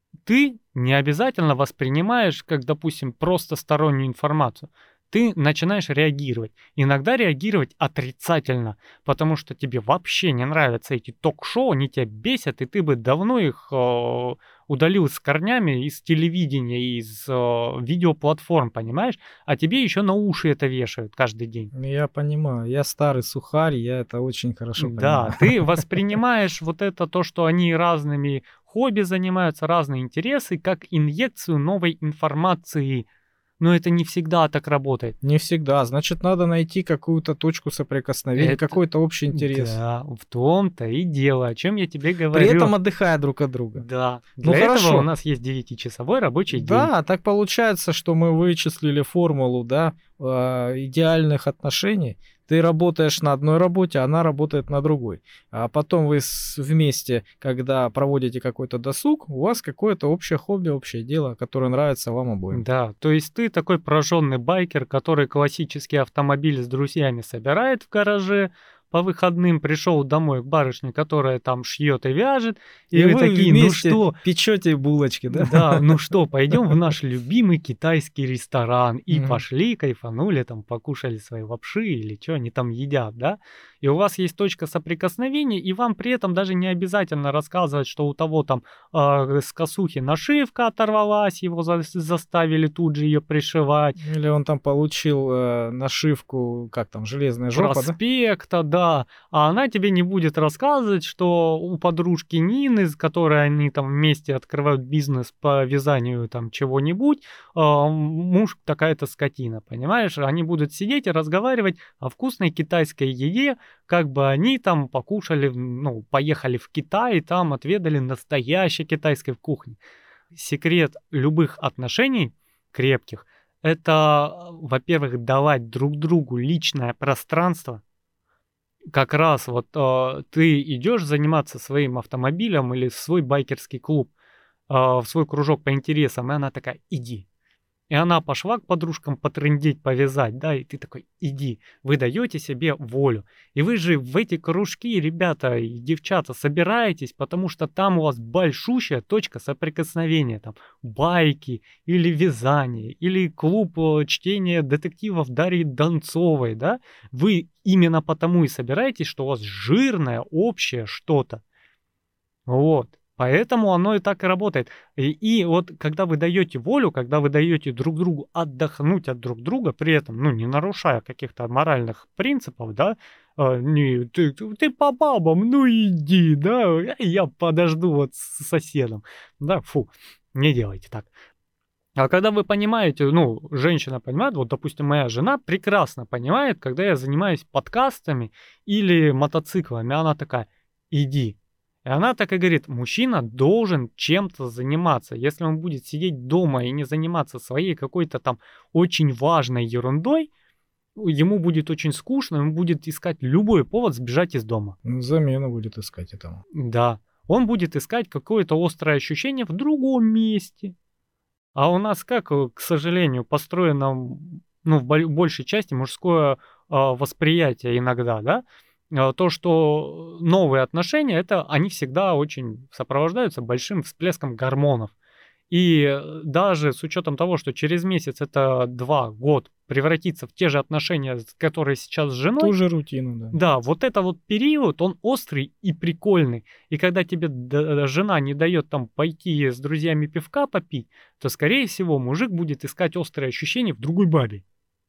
Speaker 1: ты не обязательно воспринимаешь как, допустим, просто стороннюю информацию. Ты начинаешь реагировать. Иногда реагировать отрицательно, потому что тебе вообще не нравятся эти ток-шоу, они тебя бесят, и ты бы давно их э, удалил с корнями из телевидения, из э, видеоплатформ, понимаешь? А тебе еще на уши это вешают каждый день.
Speaker 2: Я понимаю, я старый сухарь, я это очень хорошо
Speaker 1: Да,
Speaker 2: понимаю.
Speaker 1: ты воспринимаешь вот это то, что они разными хобби занимаются, разные интересы, как инъекцию новой информации. Но это не всегда так работает.
Speaker 2: Не всегда. Значит, надо найти какую-то точку соприкосновения,
Speaker 1: Это-
Speaker 2: какой-то общий интерес.
Speaker 1: Да, в том-то и дело, о чем я тебе говорю.
Speaker 2: При этом отдыхая друг от друга.
Speaker 1: Да,
Speaker 2: Ну,
Speaker 1: для этого
Speaker 2: хорошо.
Speaker 1: у нас есть девятичасовой рабочий день.
Speaker 2: Да, так получается, что мы вычислили формулу, да, э, идеальных отношений. Ты работаешь на одной работе, она работает на другой. А потом вы с- вместе, когда проводите какой-то досуг, у вас какое-то общее хобби, общее дело, которое нравится вам обоим.
Speaker 1: Да, то есть ты такой прожженный байкер, который классический автомобиль с друзьями собирает в гараже, по выходным пришел домой к барышне, которая там шьет и вяжет, и, вы, такие, ну
Speaker 2: вместе
Speaker 1: что,
Speaker 2: печете булочки, да?
Speaker 1: да, ну что, пойдем в наш любимый китайский ресторан. И
Speaker 2: Мгм.
Speaker 1: пошли, кайфанули, там, покушали свои лапши или что они там едят, да? И у вас есть точка соприкосновения, и вам при этом даже не обязательно рассказывать, что у того там а, с косухи нашивка оторвалась, его за- заставили тут же ее пришивать.
Speaker 2: Или он там получил э, нашивку, как там, железная жопа, да?
Speaker 1: Проспекта, да. А она тебе не будет рассказывать, что у подружки Нины, с которой они там вместе открывают бизнес по вязанию там чего-нибудь, а, муж такая-то скотина, понимаешь? Они будут сидеть и разговаривать о вкусной китайской еде, как бы они там покушали, ну, поехали в Китай и там отведали настоящей китайской кухни. Секрет любых отношений крепких — это, во-первых, давать друг другу личное пространство. Как раз вот э, ты идешь заниматься своим автомобилем или в свой байкерский клуб, э, в свой кружок по интересам, и она такая, иди. И она пошла к подружкам потрындеть, повязать, да, и ты такой, иди. Вы даете себе волю. И вы же в эти кружки, ребята и девчата, собираетесь, потому что там у вас большущая точка соприкосновения. Там байки, или вязание, или клуб э, чтения детективов Дарьи Донцовой, да. Вы именно потому и собираетесь, что у вас жирное общее что-то. Вот. Поэтому оно и так и работает. И, и вот когда вы даете волю, когда вы даете друг другу отдохнуть от друг друга, при этом, ну, не нарушая каких-то моральных принципов, да, а, не, ты, ты, ты по бабам, ну иди, да, я подожду вот с соседом, да, фу, не делайте так. А когда вы понимаете, ну, женщина понимает, вот, допустим, моя жена прекрасно понимает, когда я занимаюсь подкастами или мотоциклами, она такая, иди. И она так и говорит, мужчина должен чем-то заниматься. Если он будет сидеть дома и не заниматься своей какой-то там очень важной ерундой, ему будет очень скучно, он будет искать любой повод сбежать из дома.
Speaker 2: Ну, замену будет искать этому.
Speaker 1: Да, он будет искать какое-то острое ощущение в другом месте. А у нас, как, к сожалению, построено, ну, в большей части мужское э, восприятие иногда, да, э, то, что новые отношения, это они всегда очень сопровождаются большим всплеском гормонов. И даже с учетом того, что через месяц это два, год превратится в те же отношения, которые сейчас с женой.
Speaker 2: Ту же рутину, да.
Speaker 1: Да, вот это вот период, он острый и прикольный. И когда тебе д- жена не дает там пойти с друзьями пивка попить, то, скорее всего, мужик будет искать острые ощущения в другой бабе.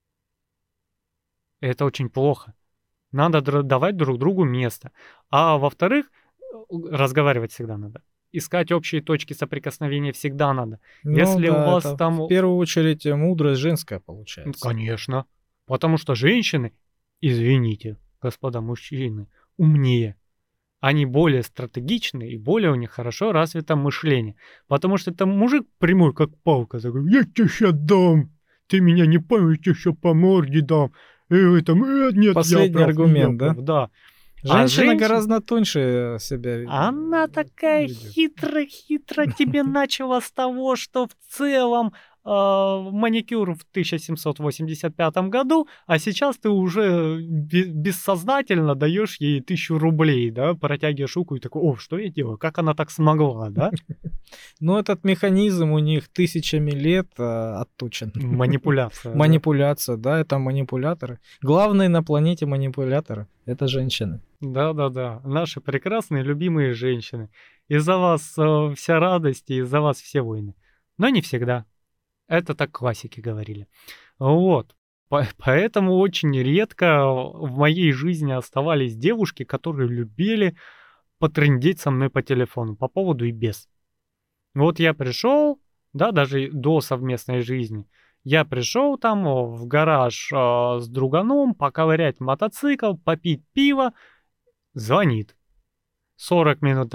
Speaker 1: И это очень плохо. Надо др- давать друг другу место. А во-вторых, разговаривать всегда надо. Искать общие точки соприкосновения всегда надо.
Speaker 2: Ну,
Speaker 1: Если
Speaker 2: да,
Speaker 1: у вас
Speaker 2: это
Speaker 1: там...
Speaker 2: в первую очередь мудрость женская получается.
Speaker 1: Конечно. Потому что женщины, извините, господа мужчины, умнее. Они более стратегичны и более у них хорошо развито мышление. Потому что это мужик прямой, как палка. Такой, я тебе сейчас дам. Ты меня не поймешь, я тебе сейчас по морде дам. И вы там, э, нет,
Speaker 2: Последний
Speaker 1: я прав,
Speaker 2: аргумент,
Speaker 1: я
Speaker 2: да?
Speaker 1: прав. Да.
Speaker 2: Женщина,
Speaker 1: А женщина-
Speaker 2: гораздо тоньше себя.
Speaker 1: Она такая
Speaker 2: ведёт.
Speaker 1: хитро-хитро тебе начала с того, что в целом э, маникюр в тысяча семьсот восемьдесят пятом году, а сейчас ты уже бе- бессознательно даешь ей тысячу рублей, да, протягиваешь руку и такой, о, что я делаю, как она так смогла, да?
Speaker 2: Но этот механизм у них тысячами лет а, отточен.
Speaker 1: Манипуляция. да.
Speaker 2: Манипуляция, да, это манипуляторы. Главные на планете манипуляторы — это женщины.
Speaker 1: Да-да-да, наши прекрасные любимые женщины. Из-за вас э, вся радость, и из-за вас все войны. Но не всегда. Это так классики говорили. Вот. По- Поэтому очень редко в моей жизни оставались девушки, которые любили потрындеть со мной по телефону, по поводу и без. Вот я пришел, да, даже до совместной жизни, я пришел там о, в гараж э, с друганом поковырять мотоцикл, попить пиво, звонит. сорок минут,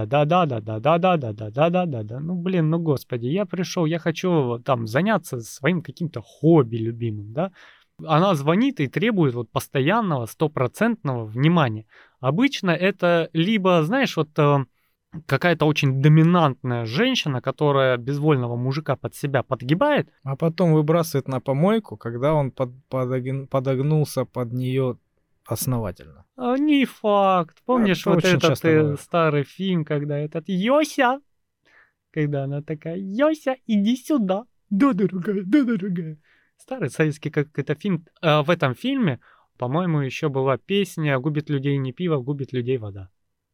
Speaker 1: да-да-да-да-да-да-да-да-да-да-да-да-да-да. Ну, блин, ну, господи, я пришел, я хочу там заняться своим каким-то хобби любимым, да. Она звонит и требует вот постоянного, стопроцентного внимания. Обычно это либо, знаешь, вот э, какая-то очень доминантная женщина, которая безвольного мужика под себя подгибает.
Speaker 2: А потом выбрасывает на помойку, когда он под- подогн- подогнулся под нее основательно.
Speaker 1: А, не факт. Помнишь
Speaker 2: Это
Speaker 1: вот
Speaker 2: очень
Speaker 1: этот
Speaker 2: часто
Speaker 1: э,
Speaker 2: бывает.
Speaker 1: старый фильм, когда этот Йося, когда она такая, Йося, иди сюда. Да, дорогая, да, дорогая. Старый советский какой-то фильм. А в этом фильме, по-моему, еще была песня «Губит людей не пиво, губит людей вода».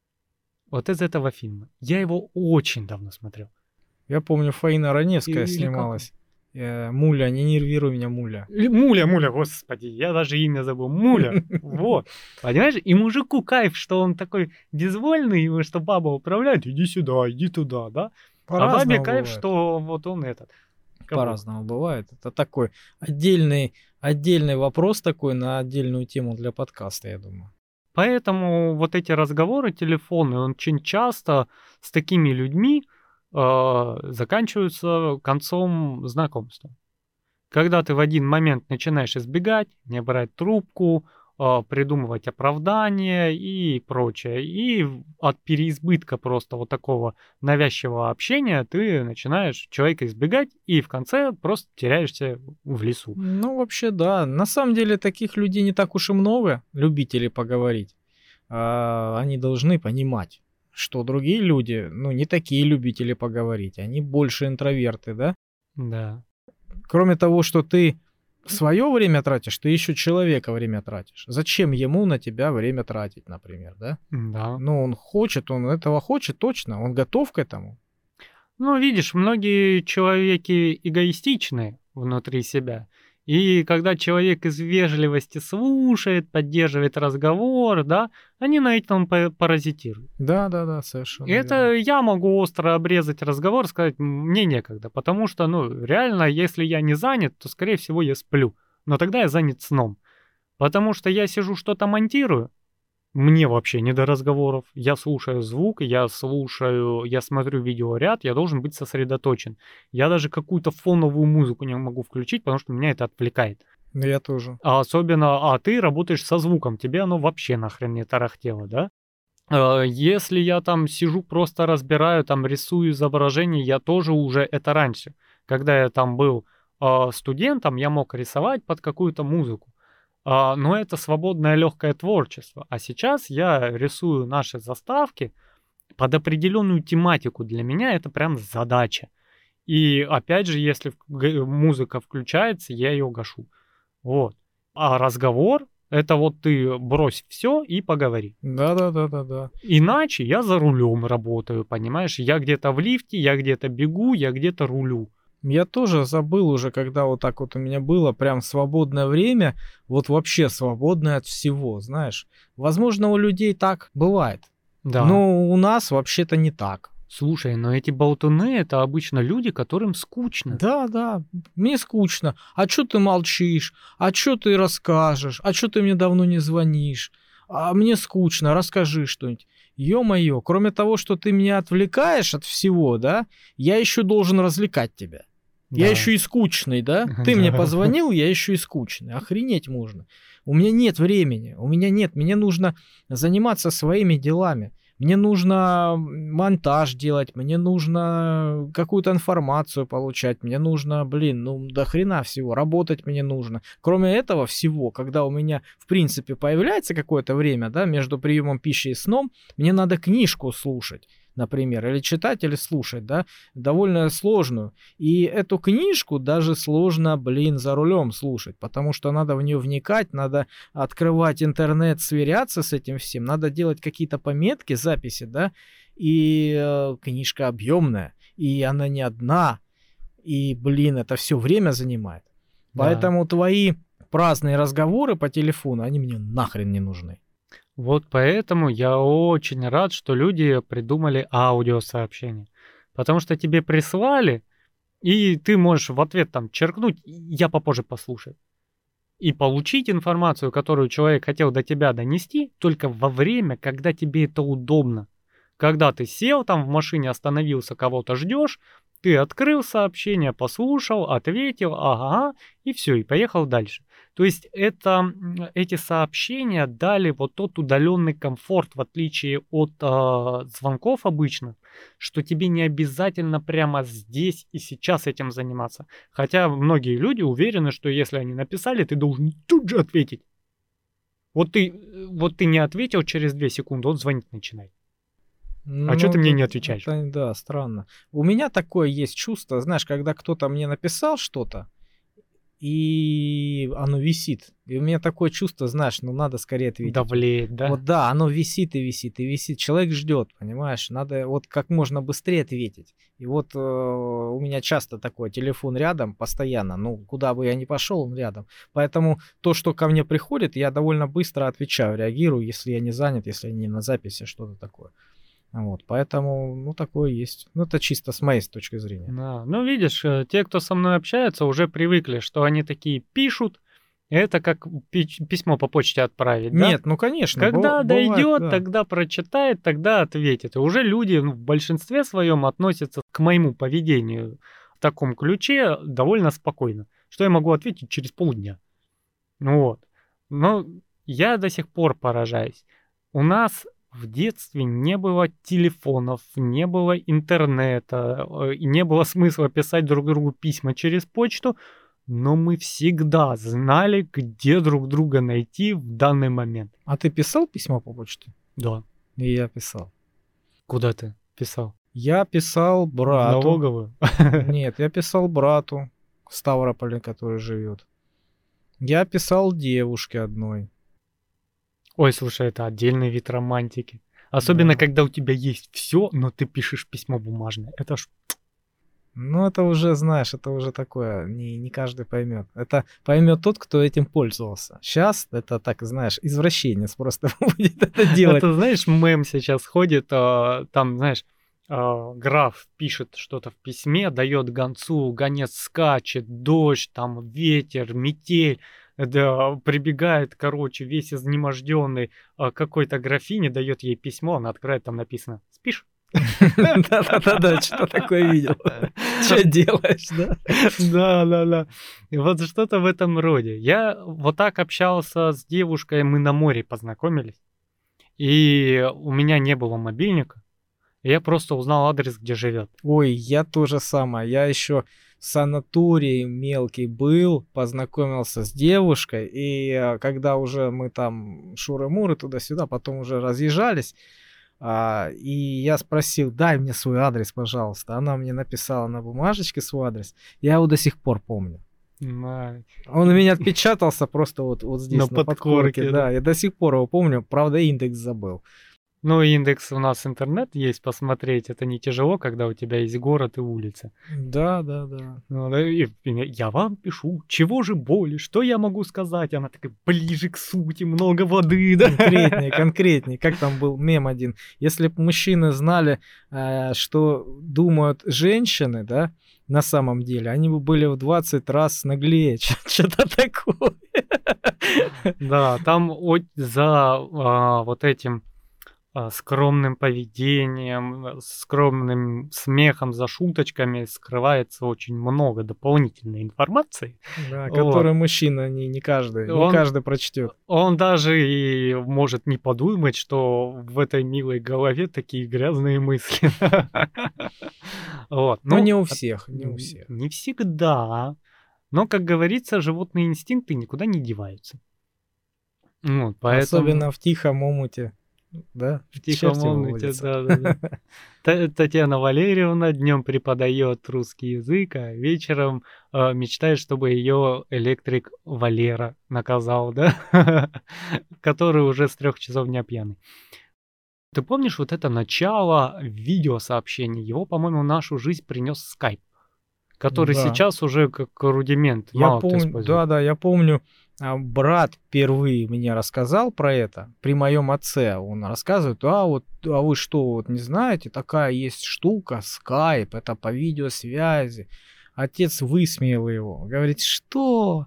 Speaker 1: Вот из этого фильма. Я его очень давно смотрел.
Speaker 2: Я помню, Фаина Раневская
Speaker 1: Или как
Speaker 2: снималась. Э, Муля, не нервируй меня, Муля.
Speaker 1: Или Муля, Муля, господи, я даже имя забыл. Муля, вот. Понимаешь? И мужику кайф, что он такой безвольный, и что баба управляет, иди сюда, иди туда, да? А бабе
Speaker 2: По-разному
Speaker 1: кайф,
Speaker 2: бывает.
Speaker 1: что вот он этот. кого?
Speaker 2: По-разному бывает. Это такой отдельный, отдельный вопрос такой на отдельную тему для подкаста, я думаю.
Speaker 1: Поэтому вот эти разговоры телефонные, очень часто с такими людьми э, заканчиваются концом знакомства. Когда ты в один момент начинаешь избегать, не брать трубку, э, придумывать оправдания и прочее. И в- от переизбытка просто вот такого навязчивого общения ты начинаешь человека избегать и в конце просто теряешься в лесу.
Speaker 2: Ну, вообще, да. На самом деле, таких людей не так уж и много, любителей поговорить. А, они должны понимать, что другие люди, ну, не такие любители поговорить. Они больше интроверты, да?
Speaker 1: Да.
Speaker 2: Кроме того, что ты свое время тратишь, ты еще человека время тратишь. Зачем ему на тебя время тратить, например, да?
Speaker 1: Да.
Speaker 2: Ну, он хочет, он этого хочет точно, он готов к этому.
Speaker 1: Ну, видишь, многие человеки эгоистичны внутри себя. И когда человек из вежливости слушает, поддерживает разговор, да, они на этом па- паразитируют.
Speaker 2: Да, да, да, совершенно.
Speaker 1: И это
Speaker 2: верно.
Speaker 1: я могу остро обрезать разговор, сказать, «М, мне некогда, потому что, ну, реально, если я не занят, то, скорее всего, я сплю. Но тогда я занят сном. Потому что я сижу, что-то монтирую, Мне вообще не до разговоров. Я слушаю звук, я слушаю, я смотрю видеоряд, я должен быть сосредоточен. Я даже какую-то фоновую музыку не могу включить, потому что меня это отвлекает.
Speaker 2: Ну, я тоже.
Speaker 1: А особенно, а ты работаешь со звуком, тебе оно вообще нахрен не тарахтело, да? Э, Если я там сижу, просто разбираю, там рисую изображение, я тоже уже это раньше. Когда я там был а, студентом, я мог рисовать под какую-то музыку. А, но это свободное легкое творчество. А сейчас я рисую наши заставки под определенную тематику. Для меня это прям задача. И опять же, если в- г- музыка включается, я ее гашу. Вот. А разговор это вот ты брось все и поговори.
Speaker 2: Да-да-да-да-да.
Speaker 1: Иначе я за рулем работаю, понимаешь? Я где-то в лифте, я где-то бегу, я где-то рулю.
Speaker 2: Я тоже забыл уже, когда вот так вот у меня было прям свободное время, вот вообще свободное от всего, знаешь. Возможно, у людей так бывает,
Speaker 1: Да.
Speaker 2: но у нас вообще-то не так.
Speaker 1: Слушай, но эти болтуны это обычно люди, которым скучно.
Speaker 2: Да, да, мне скучно. А чё ты молчишь? А чё ты расскажешь? А чё ты мне давно не звонишь? А мне скучно, расскажи что-нибудь. Ё-моё, кроме того, что ты меня отвлекаешь от всего, да, я еще должен развлекать тебя. Я
Speaker 1: Да.
Speaker 2: еще и скучный, да? Ты мне
Speaker 1: Да.
Speaker 2: позвонил, я еще и скучный. Охренеть можно. У меня нет времени, у меня нет. Мне нужно заниматься своими делами. Мне нужно монтаж делать, мне нужно какую-то информацию получать, мне нужно, блин, ну до хрена всего, работать мне нужно. Кроме этого всего, когда у меня, в принципе, появляется какое-то время, да, между приемом пищи и сном, мне надо книжку слушать, например, или читать, или слушать, да, довольно сложную. И эту книжку даже сложно, блин, за рулем слушать, потому что надо в нее вникать, надо открывать интернет, сверяться с этим всем, надо делать какие-то пометки, записи, да, и э, книжка объемная, и она не одна, и, блин, это все время занимает.
Speaker 1: Да.
Speaker 2: Поэтому твои праздные разговоры по телефону, они мне нахрен не нужны.
Speaker 1: Вот поэтому я очень рад, что люди придумали аудиосообщение. Потому что тебе прислали, и ты можешь в ответ там черкнуть «я попозже послушаю». И получить информацию, которую человек хотел до тебя донести, только во время, когда тебе это удобно. Когда ты сел там в машине, остановился, кого-то ждешь, ты открыл сообщение, послушал, ответил, ага, и все, и поехал дальше. То есть это, м, эти сообщения дали вот тот удаленный комфорт, в отличие от а, звонков обычно, что тебе не обязательно прямо здесь и сейчас этим заниматься. Хотя многие люди уверены, что если они написали, ты должен тут же ответить. Вот ты, э, вот ты не ответил через две секунды, он звонить начинает. А чё
Speaker 2: Ну,
Speaker 1: ты мне
Speaker 2: тут
Speaker 1: не отвечаешь?
Speaker 2: это, да, странно. У меня такое есть чувство, знаешь, когда кто-то мне написал что-то, и оно висит. И у меня такое чувство, знаешь, ну надо скорее ответить.
Speaker 1: Давлеет, да?
Speaker 2: Вот да, оно висит и висит и висит. Человек ждет, понимаешь? Надо вот как можно быстрее ответить. И вот э, у меня часто такой телефон рядом постоянно. Ну, куда бы я ни пошел, он рядом. Поэтому то, что ко мне приходит, я довольно быстро отвечаю, реагирую, если я не занят, если я не на записи, что-то такое. Вот, поэтому, ну, такое есть. Ну, это чисто с моей точки зрения.
Speaker 1: Да. Ну, видишь, э, те, кто со мной общается, уже привыкли, что они такие пишут. Это как пич- письмо по почте отправить, да?
Speaker 2: Нет, ну, конечно.
Speaker 1: Когда
Speaker 2: бо- бывает,
Speaker 1: дойдет,
Speaker 2: да.
Speaker 1: тогда прочитает, тогда ответит. И уже люди ну, в большинстве своем относятся к моему поведению в таком ключе довольно спокойно. Что я могу ответить через полдня. Ну вот. Но я до сих пор поражаюсь. У нас в детстве не было телефонов, не было интернета, э, и не было смысла писать друг другу письма через почту, но мы всегда знали, где друг друга найти в данный момент.
Speaker 2: А ты писал письмо по почте?
Speaker 1: Да.
Speaker 2: И я писал.
Speaker 1: Куда ты писал?
Speaker 2: Я писал
Speaker 1: В
Speaker 2: брату.
Speaker 1: налоговую?
Speaker 2: Нет, я писал брату в Ставрополе, который живет. Я писал девушке одной.
Speaker 1: Ой, слушай, это отдельный вид романтики. Особенно,
Speaker 2: Да.
Speaker 1: когда у тебя есть все, но ты пишешь письмо бумажное. Это ж...
Speaker 2: Ну, это уже, знаешь, это уже такое, не, не каждый поймет. Это поймет тот, кто этим пользовался. Сейчас это так, знаешь, извращенец просто будет это делать.
Speaker 1: Это, знаешь, мем сейчас ходит, а, там, знаешь, а, граф пишет что-то в письме, дает гонцу, гонец скачет, дождь, там ветер, метель, Да, прибегает, короче, весь изнеможденный а, какой-то графине, дает ей письмо, она открывает, там написано «Спишь?»
Speaker 2: Да-да-да, что-то такое видел. Что делаешь, да?
Speaker 1: Да-да-да. И вот что-то в этом роде. Я вот так общался с девушкой, мы на море познакомились, и у меня не было мобильника. Я просто узнал адрес, где живет.
Speaker 2: Ой, я то же самое. Я еще в санатории мелкий был, познакомился с девушкой, и э, когда уже мы там шуры-муры туда-сюда, потом уже разъезжались, а, и я спросил, дай мне свой адрес, пожалуйста. Она мне написала на бумажечке свой адрес. Я его до сих пор помню.
Speaker 1: На,
Speaker 2: Он у меня отпечатался просто вот, вот здесь,
Speaker 1: На
Speaker 2: на,
Speaker 1: подкорке,
Speaker 2: подкорке.
Speaker 1: да.
Speaker 2: Да, я до сих пор его помню. Правда, индекс забыл.
Speaker 1: Ну, индекс у нас интернет есть посмотреть. Это не тяжело, когда у тебя есть город и улица.
Speaker 2: Да, да, да.
Speaker 1: Ну, да, и я вам пишу, чего же боли, что я могу сказать? Она такая, ближе к сути, много воды, да?
Speaker 2: Конкретнее, конкретнее. Как там был мем один? Если бы мужчины знали, э, что думают женщины, да, на самом деле, они бы были в двадцать раз наглее. Что-то такое.
Speaker 1: Да, там от- за а, вот этим а, скромным поведением, э, скромным смехом, за шуточками скрывается очень много дополнительной информации.
Speaker 2: Да,
Speaker 1: Вот.
Speaker 2: который мужчина не, не каждый, не
Speaker 1: Он-
Speaker 2: каждый прочтет.
Speaker 1: Он даже и может не подумать, что в этой милой голове такие грязные мысли. Вот.
Speaker 2: Но
Speaker 1: Ну,
Speaker 2: не у
Speaker 1: а-
Speaker 2: всех, не у
Speaker 1: н-
Speaker 2: всех.
Speaker 1: Не всегда. Но, как говорится, животные инстинкты никуда не деваются. Вот, поэтому
Speaker 2: Особенно в тихом омуте. Да,
Speaker 1: в тихом
Speaker 2: черти
Speaker 1: омуте,
Speaker 2: водятся.
Speaker 1: да-да-да. Та- Татьяна Валерьевна днем преподает русский язык, а вечером э, мечтает, чтобы ее электрик Валера наказал, да? Который уже с трех часов дня пьяный. Ты помнишь вот это начало видеосообщений? Его, по-моему, в нашу жизнь принес скайп, который
Speaker 2: Да.
Speaker 1: сейчас уже как рудимент.
Speaker 2: Я
Speaker 1: Мало кто
Speaker 2: помню,
Speaker 1: использует.
Speaker 2: да, да, я помню, а, брат впервые мне рассказал про это при моем отце. Он рассказывает, а вот, а вы что, вот не знаете, такая есть штука, скайп, это по видеосвязи. Отец высмеял его, говорит, что,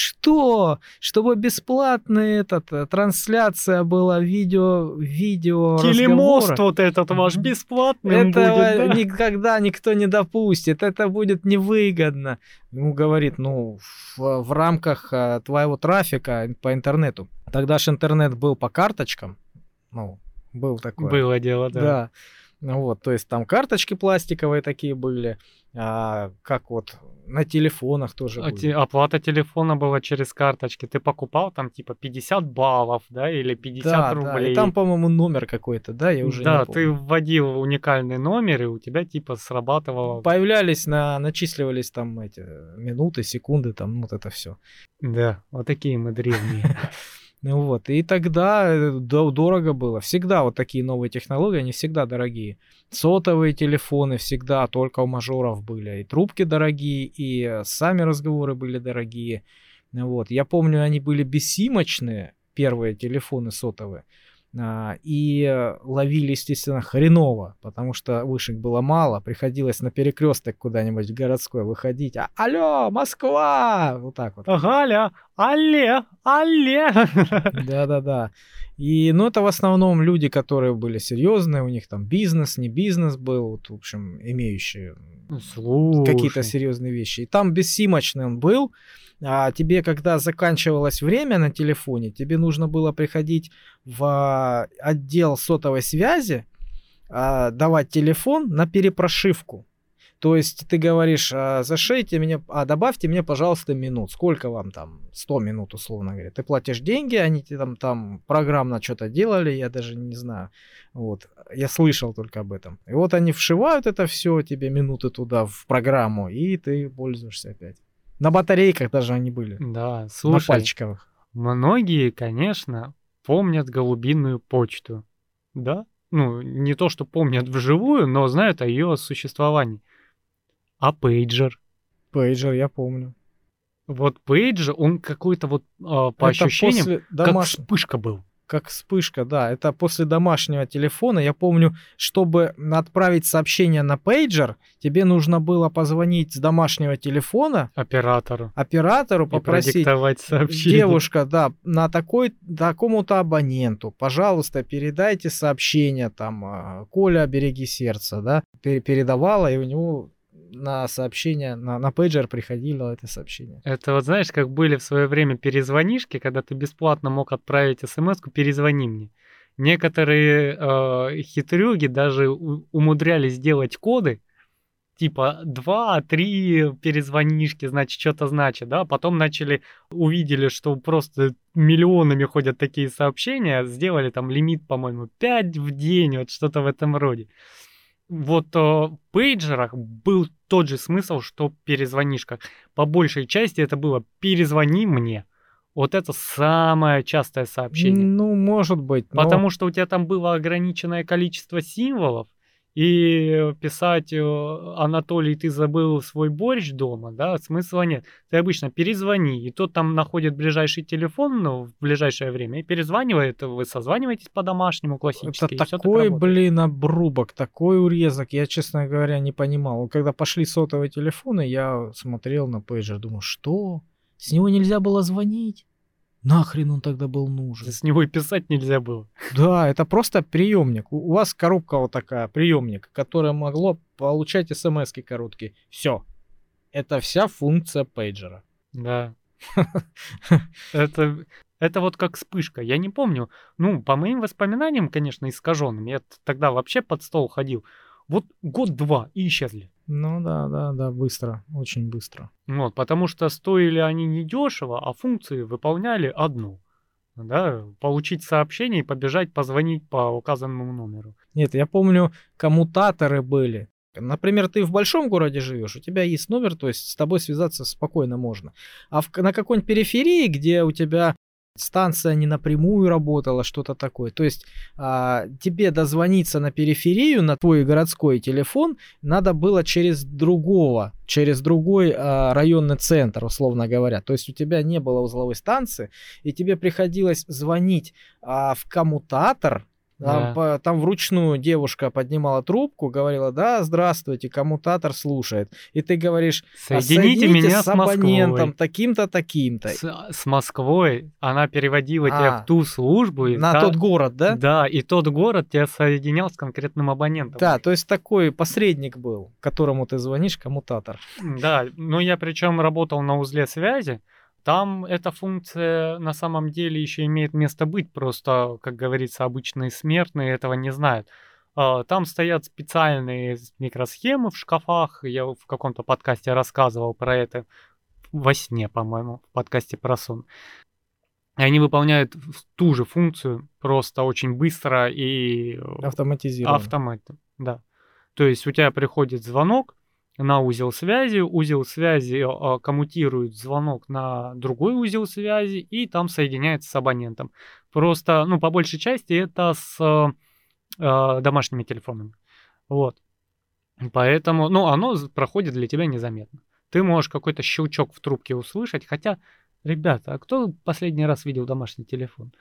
Speaker 2: что, чтобы бесплатная этот, э, трансляция была видео, видео
Speaker 1: Телемост
Speaker 2: разговора.
Speaker 1: вот этот ваш бесплатный будет,
Speaker 2: Этого
Speaker 1: да?
Speaker 2: никогда никто не допустит, это будет невыгодно. Ему говорит, ну, в, в рамках а, твоего трафика по интернету. Тогда же интернет был по карточкам, ну, был такое.
Speaker 1: Было дело, да.
Speaker 2: Да. Ну вот, то есть там карточки пластиковые такие были, а, как вот на телефонах тоже
Speaker 1: А
Speaker 2: были.
Speaker 1: те- Оплата телефона была через карточки. Ты покупал там типа пятьдесят баллов, да, или пятьдесят
Speaker 2: Да, да,
Speaker 1: рублей.
Speaker 2: и там, по-моему, номер какой-то, да, я уже
Speaker 1: Да,
Speaker 2: не
Speaker 1: ты
Speaker 2: помню.
Speaker 1: вводил уникальный номер, и у тебя типа срабатывало.
Speaker 2: Появлялись, на, начисливались там эти минуты, секунды, там, ну, вот это все.
Speaker 1: Да, вот такие мы древние.
Speaker 2: Ну вот, и тогда э, до- дорого было. Всегда вот такие новые технологии, они всегда дорогие. Сотовые телефоны всегда только у мажоров были. И трубки дорогие, и э, сами разговоры были дорогие. Ну вот, я помню, они были бессимочные, первые телефоны сотовые. А, и э, ловили, естественно, хреново, потому что вышек было мало. Приходилось на перекресток куда-нибудь в городской выходить. А, алло, Москва! Вот так вот.
Speaker 1: Галя, алле, алле.
Speaker 2: Да-да-да. И, ну, это в основном люди, которые были серьезные, у них там бизнес, не бизнес был, вот, в общем, имеющие какие-то
Speaker 1: Слушай,
Speaker 2: серьезные вещи. И там бессимочный он был. А тебе, когда заканчивалось время на телефоне, тебе нужно было приходить в а, отдел сотовой связи, а, давать телефон на перепрошивку. То есть ты говоришь, а, зашейте меня, а добавьте мне, пожалуйста, минут. Сколько вам там? сто минут, условно говоря. Ты платишь деньги, они тебе там, там программно что-то делали, я даже не знаю. Вот. Я слышал только об этом. И вот они вшивают это все тебе минуты туда в программу, и ты пользуешься опять. На батарейках даже они были.
Speaker 1: да,
Speaker 2: На
Speaker 1: слушай,
Speaker 2: пальчиковых.
Speaker 1: многие, конечно, помнят голубиную почту, да? Ну, не то, что помнят вживую, но знают о ее существовании. А пейджер?
Speaker 2: Пейджер, я помню.
Speaker 1: Вот пейджер, он какой-то вот а, по
Speaker 2: Это
Speaker 1: ощущениям,
Speaker 2: после
Speaker 1: как
Speaker 2: домашнего.
Speaker 1: вспышка был.
Speaker 2: как вспышка, да. Это после домашнего телефона. Я помню, чтобы отправить сообщение на пейджер, тебе нужно было позвонить с домашнего телефона
Speaker 1: Оператору.
Speaker 2: Оператору
Speaker 1: И
Speaker 2: попросить:
Speaker 1: продиктовать сообщение.
Speaker 2: девушка, да, на такой, такому-то абоненту, пожалуйста, передайте сообщение, там, э, Коля, береги сердце, да. Пер- Передавала, и у него на сообщение, на, на пейджер приходило это сообщение.
Speaker 1: Это вот знаешь, как были в свое время перезвонишки, когда ты бесплатно мог отправить смс-ку «перезвони мне». Некоторые э, хитрюги даже у- умудрялись делать коды, типа два-три перезвонишки, значит, что-то значит, да, потом начали, увидели, что просто миллионами ходят такие сообщения, сделали там лимит, по-моему, пять в день, вот что-то в этом роде. Вот э, в пейджерах был тот же смысл, что в перезвонишках. По большей части это было «перезвони мне». Вот это самое частое сообщение.
Speaker 2: Ну, может быть, но
Speaker 1: Потому что у тебя там было ограниченное количество символов, и писать э, «Анатолий, ты забыл свой борщ дома», да, смысла нет. Ты обычно перезвони, и тот там находит ближайший телефон, ну, в ближайшее время, и перезванивает, вы созваниваетесь по-домашнему
Speaker 2: это
Speaker 1: классически, и всё так
Speaker 2: такой,
Speaker 1: работает.
Speaker 2: блин, обрубок, такой урезок, я, честно говоря, не понимал. Вот когда пошли сотовые телефоны, я смотрел на пейджер, думаю, что? С него нельзя было звонить? Нахрен он тогда был нужен?
Speaker 1: С него и писать нельзя было.
Speaker 2: Да, это просто приемник. У у вас коробка вот такая, приемник, которая могло получать смски короткие. Все. Это вся функция пейджера.
Speaker 1: Да. Это, это вот как вспышка. Я не помню. Ну, по моим воспоминаниям, конечно, искаженным. Я т- тогда вообще под стол ходил. Вот год-два и исчезли.
Speaker 2: Ну да, да, да, быстро, очень быстро.
Speaker 1: Вот, потому что стоили они недешево, а функции выполняли одну. Да, получить сообщение и побежать позвонить по указанному номеру.
Speaker 2: Нет, я помню, коммутаторы были. Например, ты в большом городе живешь, у тебя есть номер, то есть с тобой связаться спокойно можно. А в, на какой-нибудь периферии, где у тебя станция не напрямую работала, что-то такое. То есть а, тебе дозвониться на периферию, на твой городской телефон, надо было через другого, через другой а, районный центр, условно говоря. То есть у тебя не было узловой станции, и тебе приходилось звонить а, в коммутатор. Там,
Speaker 1: Да.
Speaker 2: по- там вручную девушка поднимала трубку, говорила: да, здравствуйте, коммутатор слушает. И ты говоришь: «А
Speaker 1: Соедините меня
Speaker 2: с
Speaker 1: с
Speaker 2: абонентом
Speaker 1: Москвой.
Speaker 2: таким-то, таким-то.
Speaker 1: С, с Москвой она переводила тебя в
Speaker 2: А,
Speaker 1: ту службу, и
Speaker 2: на
Speaker 1: та-
Speaker 2: тот город, да?
Speaker 1: да, и тот город тебя соединял с конкретным абонентом.
Speaker 2: Да, то есть такой посредник был, которому ты звонишь, коммутатор.
Speaker 1: Да, но я причем работал на узле связи. Там эта функция на самом деле еще имеет место быть, просто, как говорится, обычные смертные этого не знают. А, Там стоят специальные с- микросхемы в шкафах. Я в каком-то подкасте рассказывал про это во сне, по-моему, в подкасте про сон. И они выполняют в- ту же функцию, просто очень быстро и э,
Speaker 2: Автоматизирован.
Speaker 1: автоматом, да. То есть у тебя приходит звонок на узел связи, узел связи э, коммутирует звонок на другой узел связи и там соединяется с абонентом. Просто, ну, по большей части это с э, э, домашними телефонами. Вот. Поэтому, ну, оно з- проходит для тебя незаметно. Ты можешь какой-то щелчок в трубке услышать, хотя, ребята, а кто последний раз видел домашний телефон?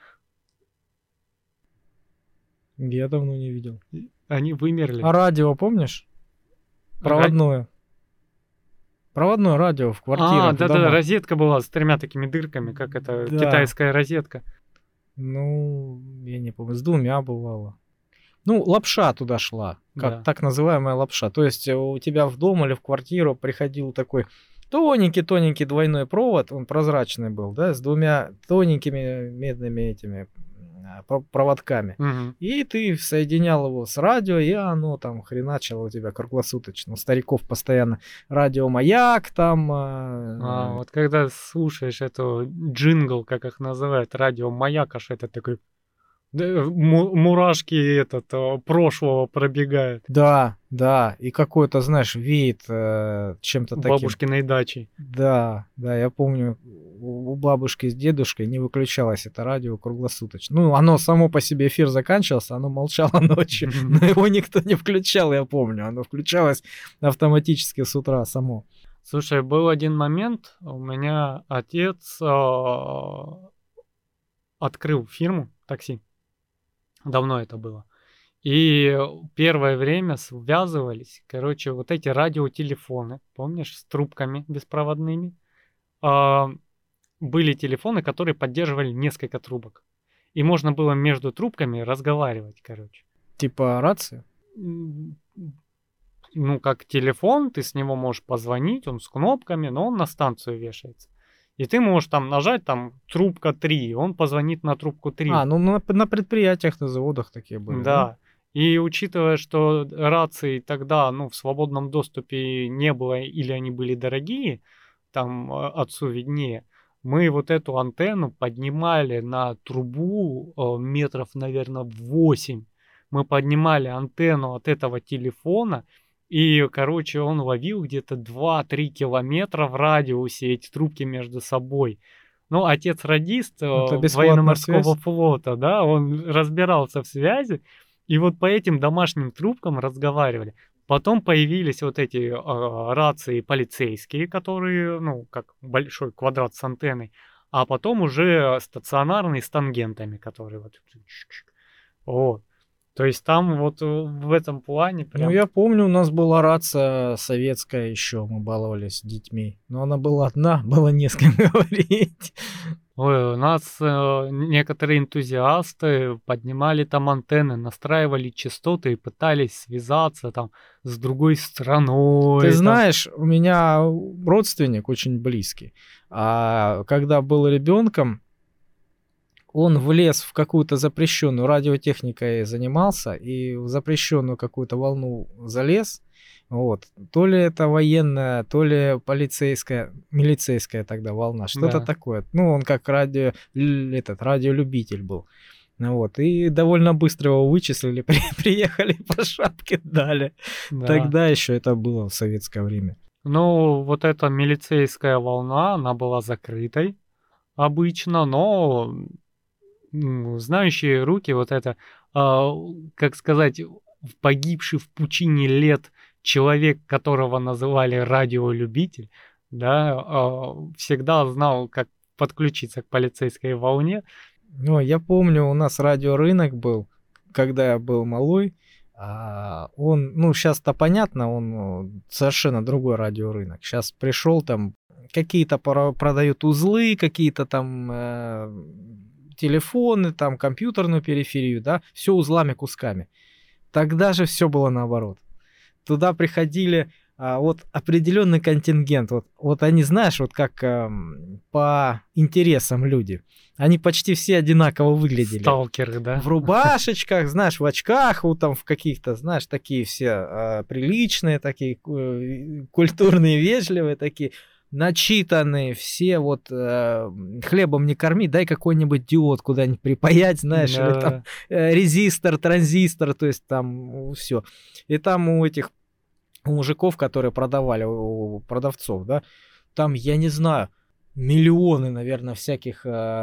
Speaker 2: Я давно не видел.
Speaker 1: Они вымерли.
Speaker 2: А радио помнишь? Проводное. Проводное радио в квартирах,
Speaker 1: А,
Speaker 2: в
Speaker 1: да-да,
Speaker 2: домах.
Speaker 1: розетка была с тремя такими дырками, как это,
Speaker 2: Да.
Speaker 1: китайская розетка.
Speaker 2: Ну, я не помню, с двумя бывало. Ну, лапша туда шла, как
Speaker 1: Да.
Speaker 2: так называемая лапша. То есть э, у тебя в дом или в квартиру приходил такой тоненький-тоненький двойной провод, он прозрачный был, да, с двумя тоненькими медными этими а, про- проводками.
Speaker 1: Мгм.
Speaker 2: И ты соединял его с радио, и оно там хреначило у тебя круглосуточно. У стариков постоянно радиомаяк там.
Speaker 1: А,
Speaker 2: а,
Speaker 1: вот когда слушаешь эту джингл, как их называют, радио маяк, аж это такой да, му- мурашки этот а, прошлого пробегают.
Speaker 2: Да, да, и какой-то, знаешь, веет э, чем-то таким.
Speaker 1: Бабушкиной дачей.
Speaker 2: Да, да, я помню, у у бабушки с дедушкой не выключалось это радио круглосуточно. Ну, оно само по себе, эфир заканчивался, оно молчало ночью, но его никто не включал, я помню. Оно включалось автоматически с утра само.
Speaker 1: Слушай, был один момент, у меня отец а, открыл фирму такси. Давно это было. И первое время связывались, короче, вот эти радиотелефоны, помнишь, с трубками беспроводными. А, были телефоны, которые поддерживали несколько трубок. И можно было между трубками разговаривать, короче.
Speaker 2: Типа рация?
Speaker 1: Ну, как телефон, ты с него можешь позвонить, он с кнопками, но он на станцию вешается. И ты можешь там нажать, там, трубка три, он позвонит на трубку три.
Speaker 2: А, ну на, на предприятиях, на заводах такие были, да?
Speaker 1: Да. И учитывая, что рации тогда, ну, в свободном доступе не было, или они были дорогие, там а, отцу виднее, мы вот эту антенну поднимали на трубу э, метров, наверное, восемь. Мы поднимали антенну от этого телефона, и, короче, он ловил где-то два-три километра в радиусе эти трубки между собой. Ну, отец радист э,
Speaker 2: Это бесплатная
Speaker 1: военно-морского
Speaker 2: связь?
Speaker 1: флота, да, он разбирался в связи, и вот по этим домашним трубкам разговаривали. Потом появились вот эти э, рации полицейские, которые, ну, как большой квадрат с антенной, а потом уже стационарные с тангентами, которые вот... Вот. То есть там вот в этом плане прям...
Speaker 2: Ну, я помню, у нас была рация советская еще, мы баловались с детьми. Но она была одна, было не с кем говорить.
Speaker 1: Ой, у нас э, некоторые энтузиасты поднимали там антенны, настраивали частоты и пытались связаться там с другой страной.
Speaker 2: Ты
Speaker 1: там.
Speaker 2: знаешь, у меня родственник очень близкий. А когда был ребенком, он влез в какую-то запрещенную радиотехникой занимался и в запрещенную какую-то волну залез. Вот. То ли это военная, то ли полицейская, милицейская тогда волна, что-то
Speaker 1: Да.
Speaker 2: такое. Ну, он как радио, этот, радиолюбитель был. Вот. И довольно быстро его вычислили, при, приехали по шапке дали.
Speaker 1: Да.
Speaker 2: Тогда еще это было в советское время.
Speaker 1: Ну, вот эта милицейская волна, она была закрытой обычно, но м, знающие руки, вот это, а, как сказать, погибший в пучине лет человек, которого называли радиолюбитель, да, а, всегда знал, как подключиться к полицейской волне.
Speaker 2: Ну, я помню, у нас радиорынок был, когда я был малой. А он, ну, сейчас-то понятно, он совершенно другой радиорынок. Сейчас пришел там, какие-то пора- продают узлы, какие-то там э, телефоны, там компьютерную периферию, да, все узлами, кусками. Тогда же все было наоборот. Туда приходили а, вот определенный контингент. Вот, вот они, знаешь, вот как а, по интересам люди. Они почти все одинаково выглядели.
Speaker 1: Сталкеры, да?
Speaker 2: В рубашечках, знаешь, в очках, вот там в каких-то, знаешь, такие все а, приличные, такие э, культурные, вежливые, такие начитанные, все вот э, хлебом не корми, дай какой-нибудь диод куда-нибудь припаять, знаешь,
Speaker 1: Да.
Speaker 2: или там э, резистор, транзистор, то есть там все. И там у этих у мужиков, которые продавали, у продавцов, да, там, я не знаю, миллионы, наверное, всяких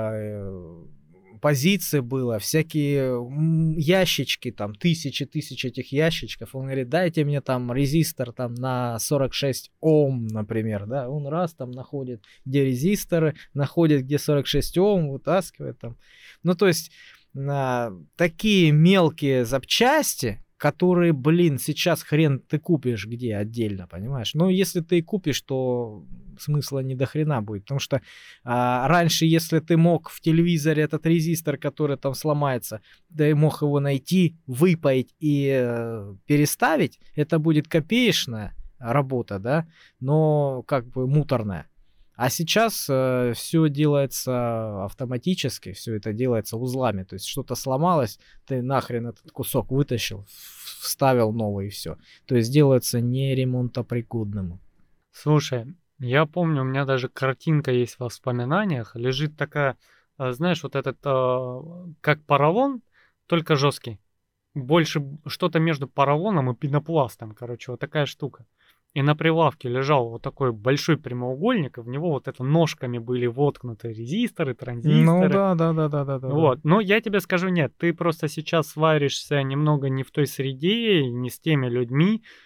Speaker 2: э, позиций было, всякие м, ящички, там, тысячи-тысячи этих ящичков. Он говорит, дайте мне там резистор там на сорок шесть Ом, например, да. Он раз там находит, где резисторы, находит, где сорок шесть Ом, вытаскивает там. Ну, то есть а, такие мелкие запчасти, которые, блин, сейчас хрен ты купишь где отдельно, понимаешь? Но если ты купишь, то смысла не до хрена будет, потому что а, раньше, если ты мог в телевизоре этот резистор, который там сломается, ты мог его найти, выпаять и э, переставить, это будет копеечная работа, да, но как бы муторная. А сейчас э, все делается автоматически, все это делается узлами. То есть что-то сломалось, ты нахрен этот кусок вытащил, вставил новый и все. То есть делается не ремонтопригодным.
Speaker 1: Слушай, я помню, у меня даже картинка есть в воспоминаниях. Лежит такая, а, знаешь, вот этот, а, как поролон, только жесткий. Больше б- что-то между поролоном и пенопластом, короче, вот такая штука. И на прилавке лежал вот такой большой прямоугольник, и в него вот это ножками были воткнуты резисторы,
Speaker 2: Ну
Speaker 1: транзисторы.
Speaker 2: да, да, да, да, да, да.
Speaker 1: Вот, но я тебе скажу, нет, ты просто сейчас варишься немного не в той среде, и не с теми людьми.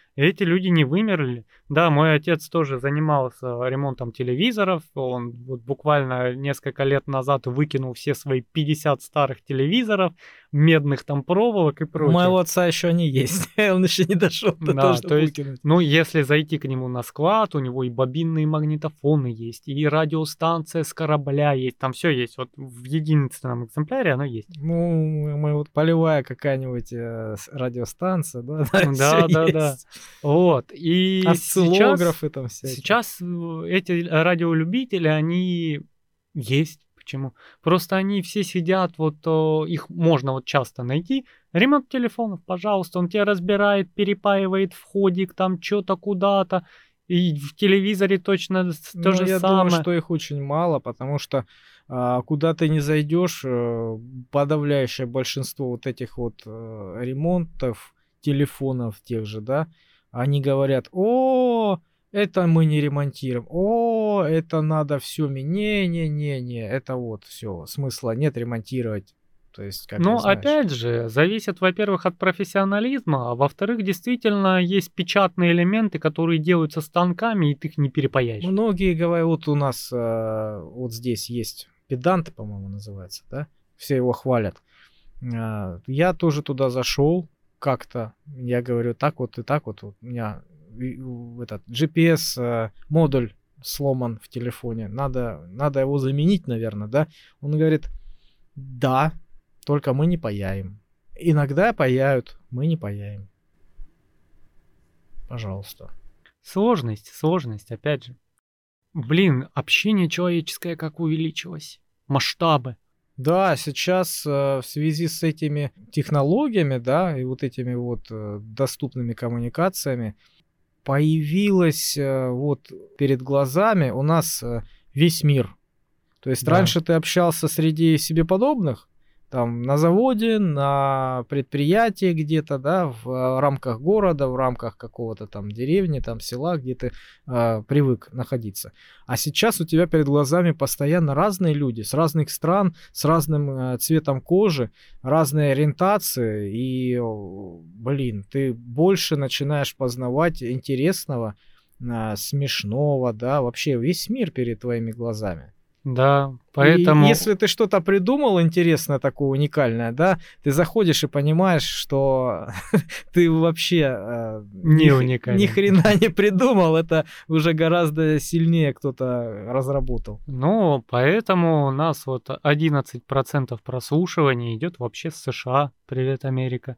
Speaker 1: Эти люди не вымерли. Да, мой отец тоже занимался ремонтом телевизоров. Он вот буквально несколько лет назад выкинул все свои пятьдесят старых телевизоров, медных там проволок и
Speaker 2: У
Speaker 1: прочее.
Speaker 2: моего отца еще они есть. Он еще не дошел до
Speaker 1: Да,
Speaker 2: того, чтобы
Speaker 1: то есть,
Speaker 2: выкинуть.
Speaker 1: ну, если зайти к нему на склад, у него и бобинные магнитофоны есть, и радиостанция с корабля есть, там все есть. Вот в единственном экземпляре оно есть.
Speaker 2: Ну, мы вот полевая какая-нибудь э, с- радиостанция, да,
Speaker 1: Да,
Speaker 2: всё
Speaker 1: да, да.
Speaker 2: есть.
Speaker 1: Вот. И сейчас,
Speaker 2: Осциллографы там всякие.
Speaker 1: сейчас э, эти радиолюбители, они есть. Почему? Просто они все сидят, вот о, их можно вот часто найти. Ремонт телефонов, пожалуйста, он тебя разбирает, перепаивает входик, там что-то куда-то. И в телевизоре точно с- то
Speaker 2: Ну,
Speaker 1: же
Speaker 2: я думаю,
Speaker 1: самое.
Speaker 2: что их очень мало, потому что а, куда ты не зайдешь, э, подавляющее большинство вот этих вот э, ремонтов телефонов тех же, да, они говорят: о, это мы не ремонтируем, о, это надо все, не-не-не-не, это вот все, смысла нет ремонтировать, то есть, как
Speaker 1: Ну,
Speaker 2: ты знаешь.
Speaker 1: опять же, зависит, во-первых, от профессионализма, а во-вторых, действительно, есть печатные элементы, которые делаются станками, и ты их не перепаяешь.
Speaker 2: Многие говорят, вот у нас э, вот здесь есть педант, по-моему, называется, да? Все его хвалят. А, Я тоже туда зашел как-то. Я говорю, так вот и так вот. Вот у меня и- у- этот джи пи эс э, модуль сломан в телефоне. Надо, надо его заменить, наверное, да? Он говорит, да, только мы не паяем. Иногда паяют, мы не паяем. Пожалуйста.
Speaker 1: Сложность, сложность, опять же. Блин, общение человеческое как увеличилось. Масштабы.
Speaker 2: Да, сейчас э, в связи с этими технологиями, да, и вот этими вот э, доступными коммуникациями появилась э, вот перед глазами у нас э, весь мир. То есть
Speaker 1: Да.
Speaker 2: раньше ты общался среди себе подобных, там на заводе, на предприятии где-то, да, в э, рамках города, в рамках какого-то там деревни, там села, где ты э, привык находиться. А сейчас у тебя перед глазами постоянно разные люди с разных стран, с разным э, цветом кожи, разные ориентации, и, о, блин, ты больше начинаешь познавать интересного, э, смешного, да, вообще весь мир перед твоими глазами.
Speaker 1: Да,
Speaker 2: И
Speaker 1: поэтому...
Speaker 2: если ты что-то придумал интересное, такое уникальное, да, ты заходишь и понимаешь, что ты вообще э,
Speaker 1: Не
Speaker 2: ни, х-
Speaker 1: уникален.
Speaker 2: ни хрена не придумал, это уже гораздо сильнее кто-то разработал.
Speaker 1: Ну, поэтому у нас вот одиннадцать процентов прослушивания идет вообще с США. Привет, Америка.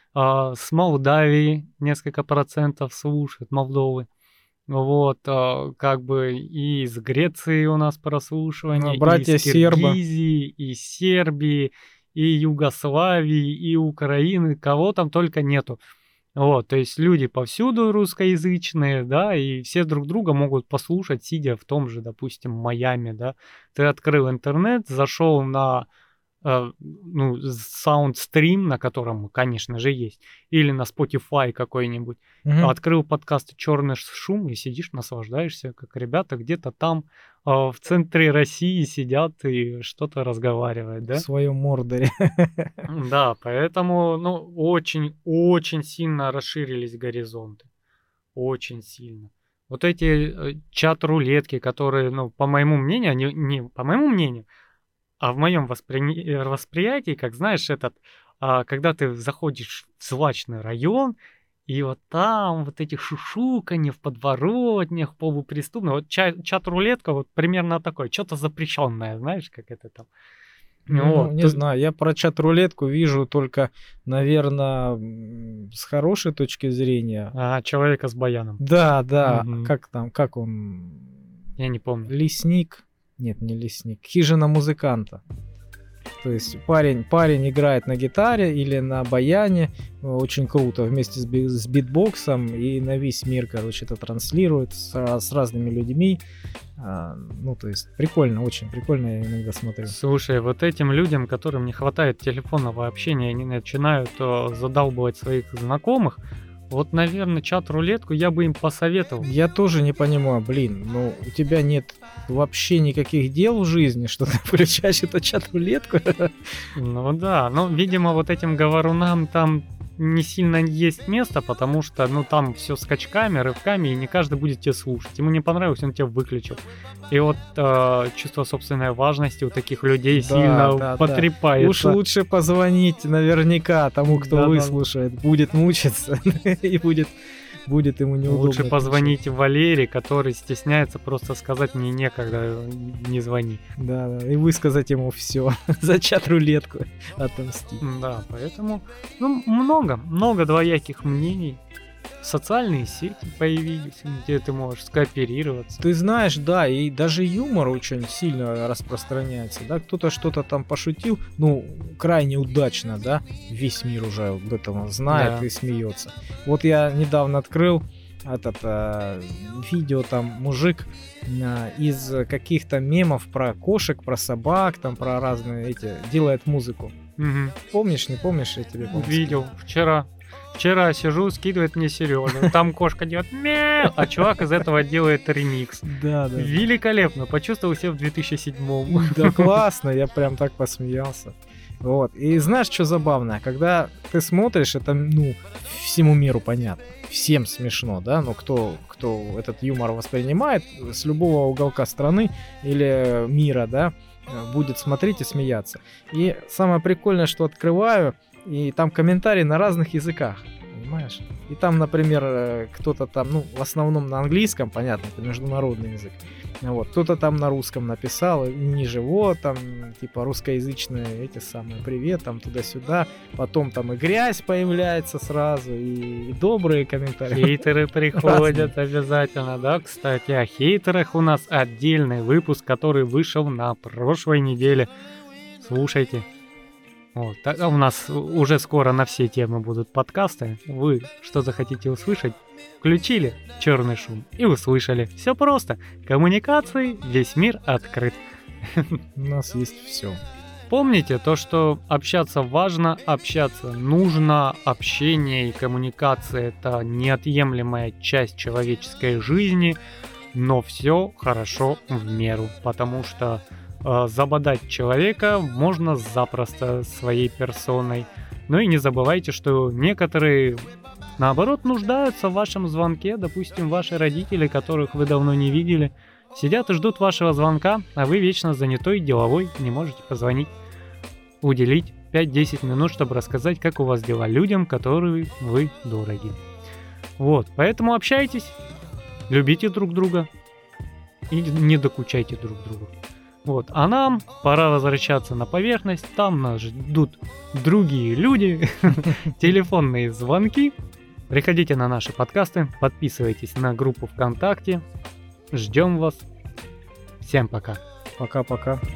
Speaker 1: А, с Молдавии несколько процентов слушают, Молдовы. Вот, а, как бы и из Греции у нас прослушивание,
Speaker 2: Ну,
Speaker 1: и
Speaker 2: братья
Speaker 1: из
Speaker 2: сербы.
Speaker 1: Киргизии, и Сербии, и Югославии, и Украины, кого там только нету. Вот, то есть люди повсюду русскоязычные, да, и все друг друга могут послушать, сидя в том же, допустим, Майами, да. Ты открыл интернет, зашел на э, ну, саундстрим, на котором, конечно же, есть, или на Spotify какой-нибудь,
Speaker 2: Мгм.
Speaker 1: открыл подкаст «Черный шум» и сидишь, наслаждаешься, как ребята где-то там э, в центре России сидят и что-то разговаривают,
Speaker 2: В
Speaker 1: да.
Speaker 2: своем мордоре.
Speaker 1: Да, поэтому, ну, очень-очень сильно расширились горизонты. Очень сильно. Вот эти э, чат-рулетки, которые, ну, по моему мнению, они, не по моему мнению, а в моем воспри... э, восприятии, как знаешь, этот, а, когда ты заходишь в злачный район, и вот там вот эти шушуканье в подворотнях, полупреступно, вот ча- чат-рулетка вот примерно такое, что-то запрещенное, знаешь, как это там.
Speaker 2: Ну,
Speaker 1: Вот,
Speaker 2: не
Speaker 1: то-
Speaker 2: знаю, я про чат-рулетку вижу только, наверное, с хорошей точки зрения.
Speaker 1: а, человека с баяном.
Speaker 2: Да, да,
Speaker 1: Мгм.
Speaker 2: как там, как он,
Speaker 1: Я не помню.
Speaker 2: лесник, нет, не лесник, хижина музыканта. То есть парень, парень играет на гитаре или на баяне, э, очень круто, вместе с, би- с битбоксом, и на весь мир, короче, это транслирует с, ra- с разными людьми. А, ну, то есть прикольно, очень прикольно, я иногда смотрю.
Speaker 1: Слушай, вот этим людям, которым не хватает телефонного общения, они начинают э, задалбывать своих знакомых. Вот, наверное, чат-рулетку я бы им посоветовал.
Speaker 2: Я тоже не понимаю, блин, ну у тебя нет вообще никаких дел в жизни, что ты включаешь эту чат-рулетку?
Speaker 1: Ну да, ну, видимо, вот этим говорунам там не сильно есть место, потому что, ну, там все скачками, рывками, и не каждый будет тебя слушать. Ему не понравилось, он тебя выключил. И вот э, чувство собственной важности у таких людей
Speaker 2: Да,
Speaker 1: сильно
Speaker 2: да,
Speaker 1: потрепается.
Speaker 2: да. Уж лучше позвонить наверняка тому, кто
Speaker 1: Да-да.
Speaker 2: выслушает, будет мучиться и будет, будет ему неудобно.
Speaker 1: Лучше позвонить Валере, который стесняется просто сказать «мне некогда, не звони».
Speaker 2: Да, да, и высказать ему все за чат-рулетку отомстить.
Speaker 1: Да, поэтому ну, много, много двояких мнений. Социальные сети появились, где ты можешь скооперироваться.
Speaker 2: Ты знаешь, да, и даже юмор очень сильно распространяется, да, кто-то что-то там пошутил, ну, крайне удачно, да, весь мир уже об этом знает
Speaker 1: Да.
Speaker 2: и смеется. Вот я недавно открыл этот э, видео, там мужик э, из каких-то мемов про кошек, про собак, там про разные эти, делает музыку.
Speaker 1: Мгм.
Speaker 2: Помнишь, не помнишь, я тебе помню.
Speaker 1: Видел вчера. Вчера сижу, скидывает мне Сережа. Там кошка делает мяу, а чувак из этого делает ремикс.
Speaker 2: Да, да.
Speaker 1: Великолепно. Почувствовал себя в две тысячи седьмом.
Speaker 2: Да классно, я прям так посмеялся. Вот. И знаешь, что забавно? Когда ты смотришь, это, ну, всему миру понятно. Всем смешно, да? Но кто, кто этот юмор воспринимает с любого уголка страны или мира, да, будет смотреть и смеяться. И самое прикольное, что открываю, и там комментарии на разных языках, понимаешь? И там, например, э, кто-то там, ну, в основном на английском, понятно, это международный язык. Вот, кто-то там на русском написал, и ниже вот, там, типа, русскоязычные эти самые, привет, там, туда-сюда. Потом там и грязь появляется сразу, и, и добрые комментарии.
Speaker 1: Хейтеры приходят обязательно, да? Кстати, о хейтерах у нас отдельный выпуск, который вышел на прошлой неделе. Слушайте. Вот. А у нас уже скоро на все темы будут подкасты. Вы что захотите услышать, включили черный шум и услышали. Все просто. Коммуникации, весь мир открыт.
Speaker 2: У нас есть все.
Speaker 1: Помните то, что общаться важно, общаться нужно, общение и коммуникация — это неотъемлемая часть человеческой жизни, но все хорошо в меру, потому что э, забодать человека можно запросто своей персоной. Ну и не забывайте, что некоторые, наоборот, нуждаются в вашем звонке, допустим, ваши родители, которых вы давно не видели, сидят и ждут вашего звонка, а вы вечно занятой, деловой, не можете позвонить, уделить пять-десять минут, чтобы рассказать, как у вас дела людям, которые вы дороги. Вот, поэтому общайтесь, любите друг друга и не докучайте друг другу. Вот, а нам пора возвращаться на поверхность, там нас ждут другие люди, телефонные звонки. Приходите на наши подкасты, подписывайтесь на группу ВКонтакте. Ждем вас. Всем пока.
Speaker 2: Пока-пока.